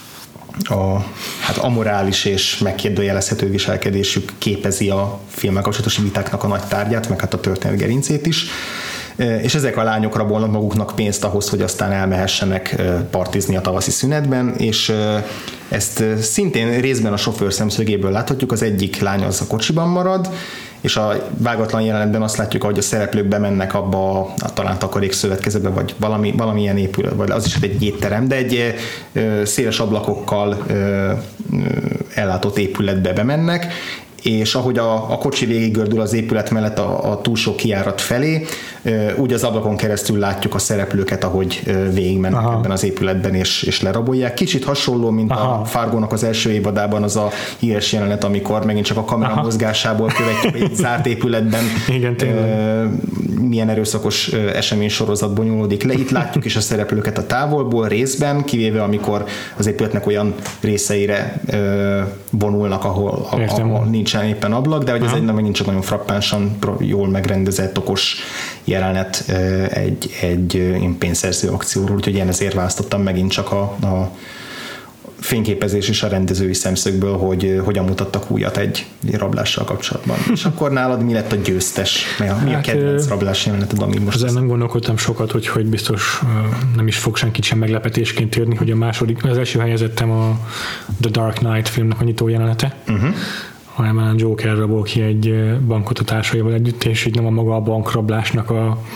S1: hát amorális és megkérdőjelezhető viselkedésük képezi a filmmel kapcsolatos vitáknak a nagy tárgyát, meg hát a történet gerincét is. És ezek a lányok rabolnak maguknak pénzt ahhoz, hogy aztán elmehessenek partizni a tavaszi szünetben, és ezt szintén részben a sofőr szemszögéből láthatjuk, az egyik lány az a kocsiban marad, és a vágatlan jelenetben azt látjuk, hogy a szereplők bemennek abba a talán takarékszövetkezetbe, vagy valamilyen épület, vagy az is egy étterem, de egy széles ablakokkal ellátott épületbe bemennek, és ahogy a kocsi végiggördül az épület mellett a túlsó kijárat felé, úgy az ablakon keresztül látjuk a szereplőket, ahogy végigmennek ebben az épületben, és lerabolják. Kicsit hasonló, mint a Fargónak az első évadában az a híres jelenet, amikor megint csak a kamera mozgásából követjük egy zárt épületben.
S2: Igen,
S1: milyen erőszakos eseménysorozat bonyolódik le. Itt látjuk is a szereplőket a távolból részben, kivéve amikor az épületnek olyan részeire vonulnak, ahol nincsen éppen ablak, de hogy ez megint csak nagyon frappánsan jól megrendezett, okos jelenet egy pénzszerző akcióról, úgyhogy én ezért választottam megint csak a fényképezés és a rendezői szemszögből, hogy hogyan mutattak újat egy rablással kapcsolatban. És akkor nálad mi lett a győztes? Mi a kedvenc rablás jeleneted, ami most...
S2: Ezzel nem gondolkodtam sokat, hogy biztos nem is fog senkit sem meglepetésként érni, hogy az első helyezettem a The Dark Knight filmnek a nyitó jelenete, hanem a Joker rabol ki egy bankot a társaival együtt, és így nem a maga a bankrablásnak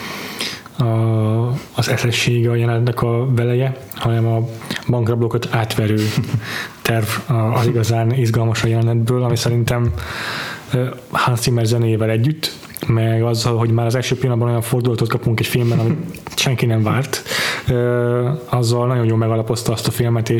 S2: az eszessége a jelenetnek a veleje, hanem a bankrablókat átverő terv az igazán izgalmas a jelenetből, ami szerintem Hans Zimmer zenéjével együtt, meg azzal, hogy már az első pillanatban olyan fordulatot kapunk egy filmben, amit senki nem várt, azzal nagyon jól megalapozta azt a filmet,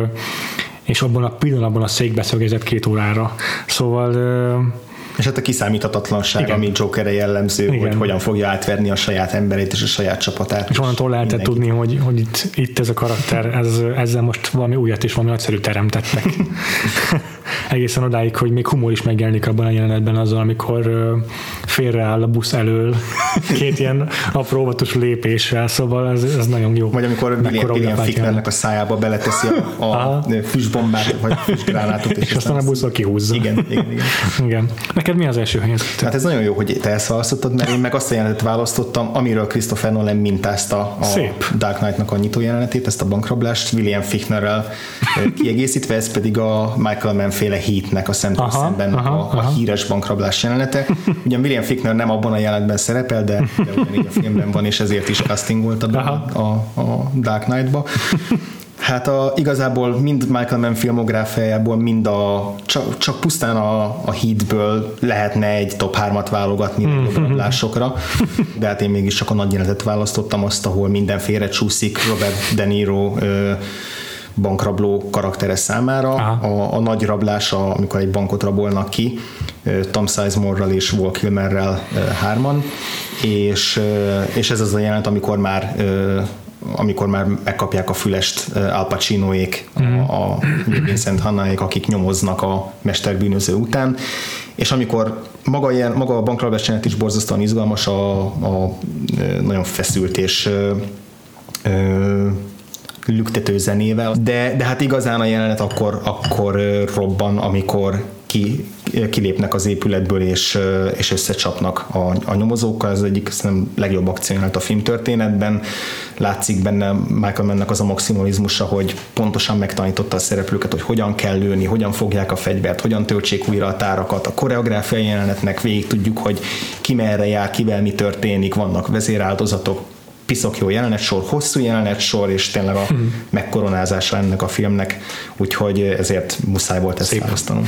S2: és abban a pillanatban a székbe szögezett 2 órára. Szóval...
S1: És hát a kiszámíthatatlanság, ami Jokerre jellemző, hogy hogyan fogja átverni a saját emberét és a saját csapatát.
S2: És onnantól lehetett tudni, hogy itt ez a karakter, ezzel most valami újat és valami nagyszerű teremtettek. Egészen odáig, hogy még humor is megjelenik abban a jelenetben azzal, amikor félreáll a busz elől 2 ilyen apró óvatos lépéssel, szóval ez nagyon jó.
S1: Vagy amikor William Fichtnernek a szájába beleteszi a füstbombát, vagy füstgránátot.
S2: És aztán a buszról kihúzza. Igen. Neked mi az első helyzet?
S1: Hát ez nagyon jó, hogy te ezt választottad, mert én meg azt a jelenetet választottam, amiről Christopher Nolan mintázta a Dark Knight-nak a nyitó jelenetét, ezt a bankrablást, William Fichtnerrel kiegészítve, ez pedig a Michael Mann-féle Heat-nek a Szentről szemben a híres bankrablás jelenete. Ugyan William Fichtner nem abban a jelenetben szerepel, de ugyanígy a filmben van, és ezért is castingolta be a Dark Knight-ba. Hát igazából mind Michael Mann filmográfiájából, mind csak pusztán a Heatből lehetne egy top 3-at válogatni a rablásokra, de hát én mégis csak a nagy jelenetet választottam, azt, ahol minden félrecsúszik Robert De Niro bankrabló karaktere számára. A nagy rablás, amikor egy bankot rabolnak ki, Tom Sizemore-ral és Val Kilmerrel 3-an, és ez az a jelenet, amikor már megkapják a fülest Al Pacinoék, a Vincent Hannaék, akik nyomoznak a mesterbűnöző után, és amikor maga a bankrablás jelenet is borzasztóan izgalmas, a nagyon feszült és lüktető zenével, de hát igazán a jelenet akkor robban, amikor kilépnek az épületből, és összecsapnak a nyomozókkal. Ez egyik legjobb akciójelenet a filmtörténetben. Látszik benne Michael Mannnek az a maximalizmusa, hogy pontosan megtanította a szereplőket, hogy hogyan kell lőni, hogyan fogják a fegyvert, hogyan töltsék újra a tárakat. A koreográfiai jelenetnek végig tudjuk, hogy ki merre jár, kivel mi történik, vannak vezéráldozatok, piszok jó jelenetsor, hosszú jelenetsor, és tényleg a megkoronázása ennek a filmnek, úgyhogy ezért muszáj volt ezt választanom.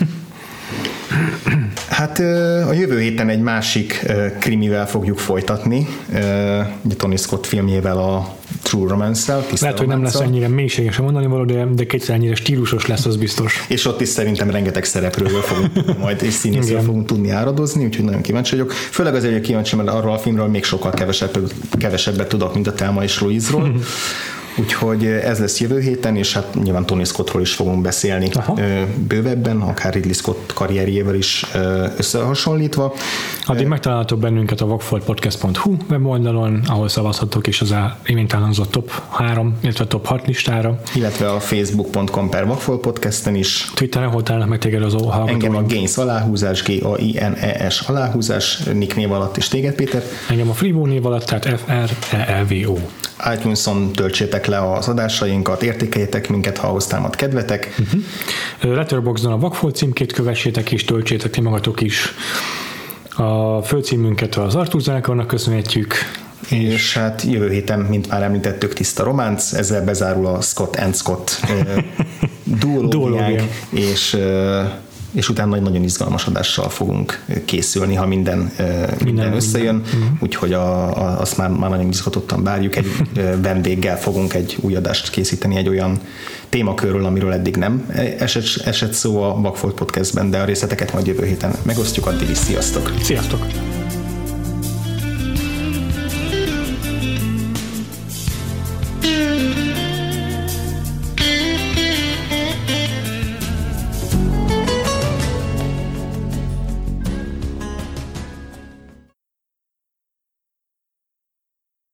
S1: Hát a jövő héten egy másik krimivel fogjuk folytatni, Tony Scott filmjével, a True Romance-szel.
S2: Lehet, hogy nem lesz ennyire mélységesen mondani való, de kétszer ennyire stílusos lesz, az biztos.
S1: És ott is szerintem rengeteg szereplőről fogunk majd, és színészről fogunk tudni áradozni, úgyhogy nagyon kíváncsi vagyok. Főleg azért kíváncsi, mert arról a filmről még sokkal kevesebbet tudok, mint a Thelma és Louise-ról. Úgyhogy ez lesz jövő héten, és hát nyilván Tony Scottról is fogunk beszélni bővebben, akár Ridley Scott karrierjével is összehasonlítva.
S2: Addig megtalálhatok bennünket a vagfoltpodcast.hu weboldalon, ahol szavazhatok is az imént elhangzott top 3, illetve top 6 listára.
S1: Illetve a facebook.com/vagfoltpodcasten is.
S2: Twitteren hol találnak meg téged az hallgatóink?
S1: Engem a Gaines aláhúzás, Gaines aláhúzás nicknév alatt, és téged, Péter?
S2: Engem a Freevo név alatt, tehát FREEVO.
S1: iTunes-on töltsétek le az adásainkat, értékeljetek minket, ha ahhoz támad kedvetek.
S2: Letterboxdon a Vagfolt címkét kövessétek és töltsétek ti magatok is. A főcímünket az Arthur zenekarnak köszönhetjük.
S1: És hát jövő héten, mint már említettük, tiszta románc, ezzel bezárul a Scott and Scott duológiánk, és utána egy nagyon izgalmas adással fogunk készülni, ha minden összejön, úgyhogy azt már nagyon izgatottan várjuk. Egy vendéggel fogunk egy új adást készíteni, egy olyan témakörről, amiről eddig nem esett szó a Vagfolt Podcastben, de a részleteket majd jövő héten megosztjuk, addig is sziasztok!
S2: Sziasztok!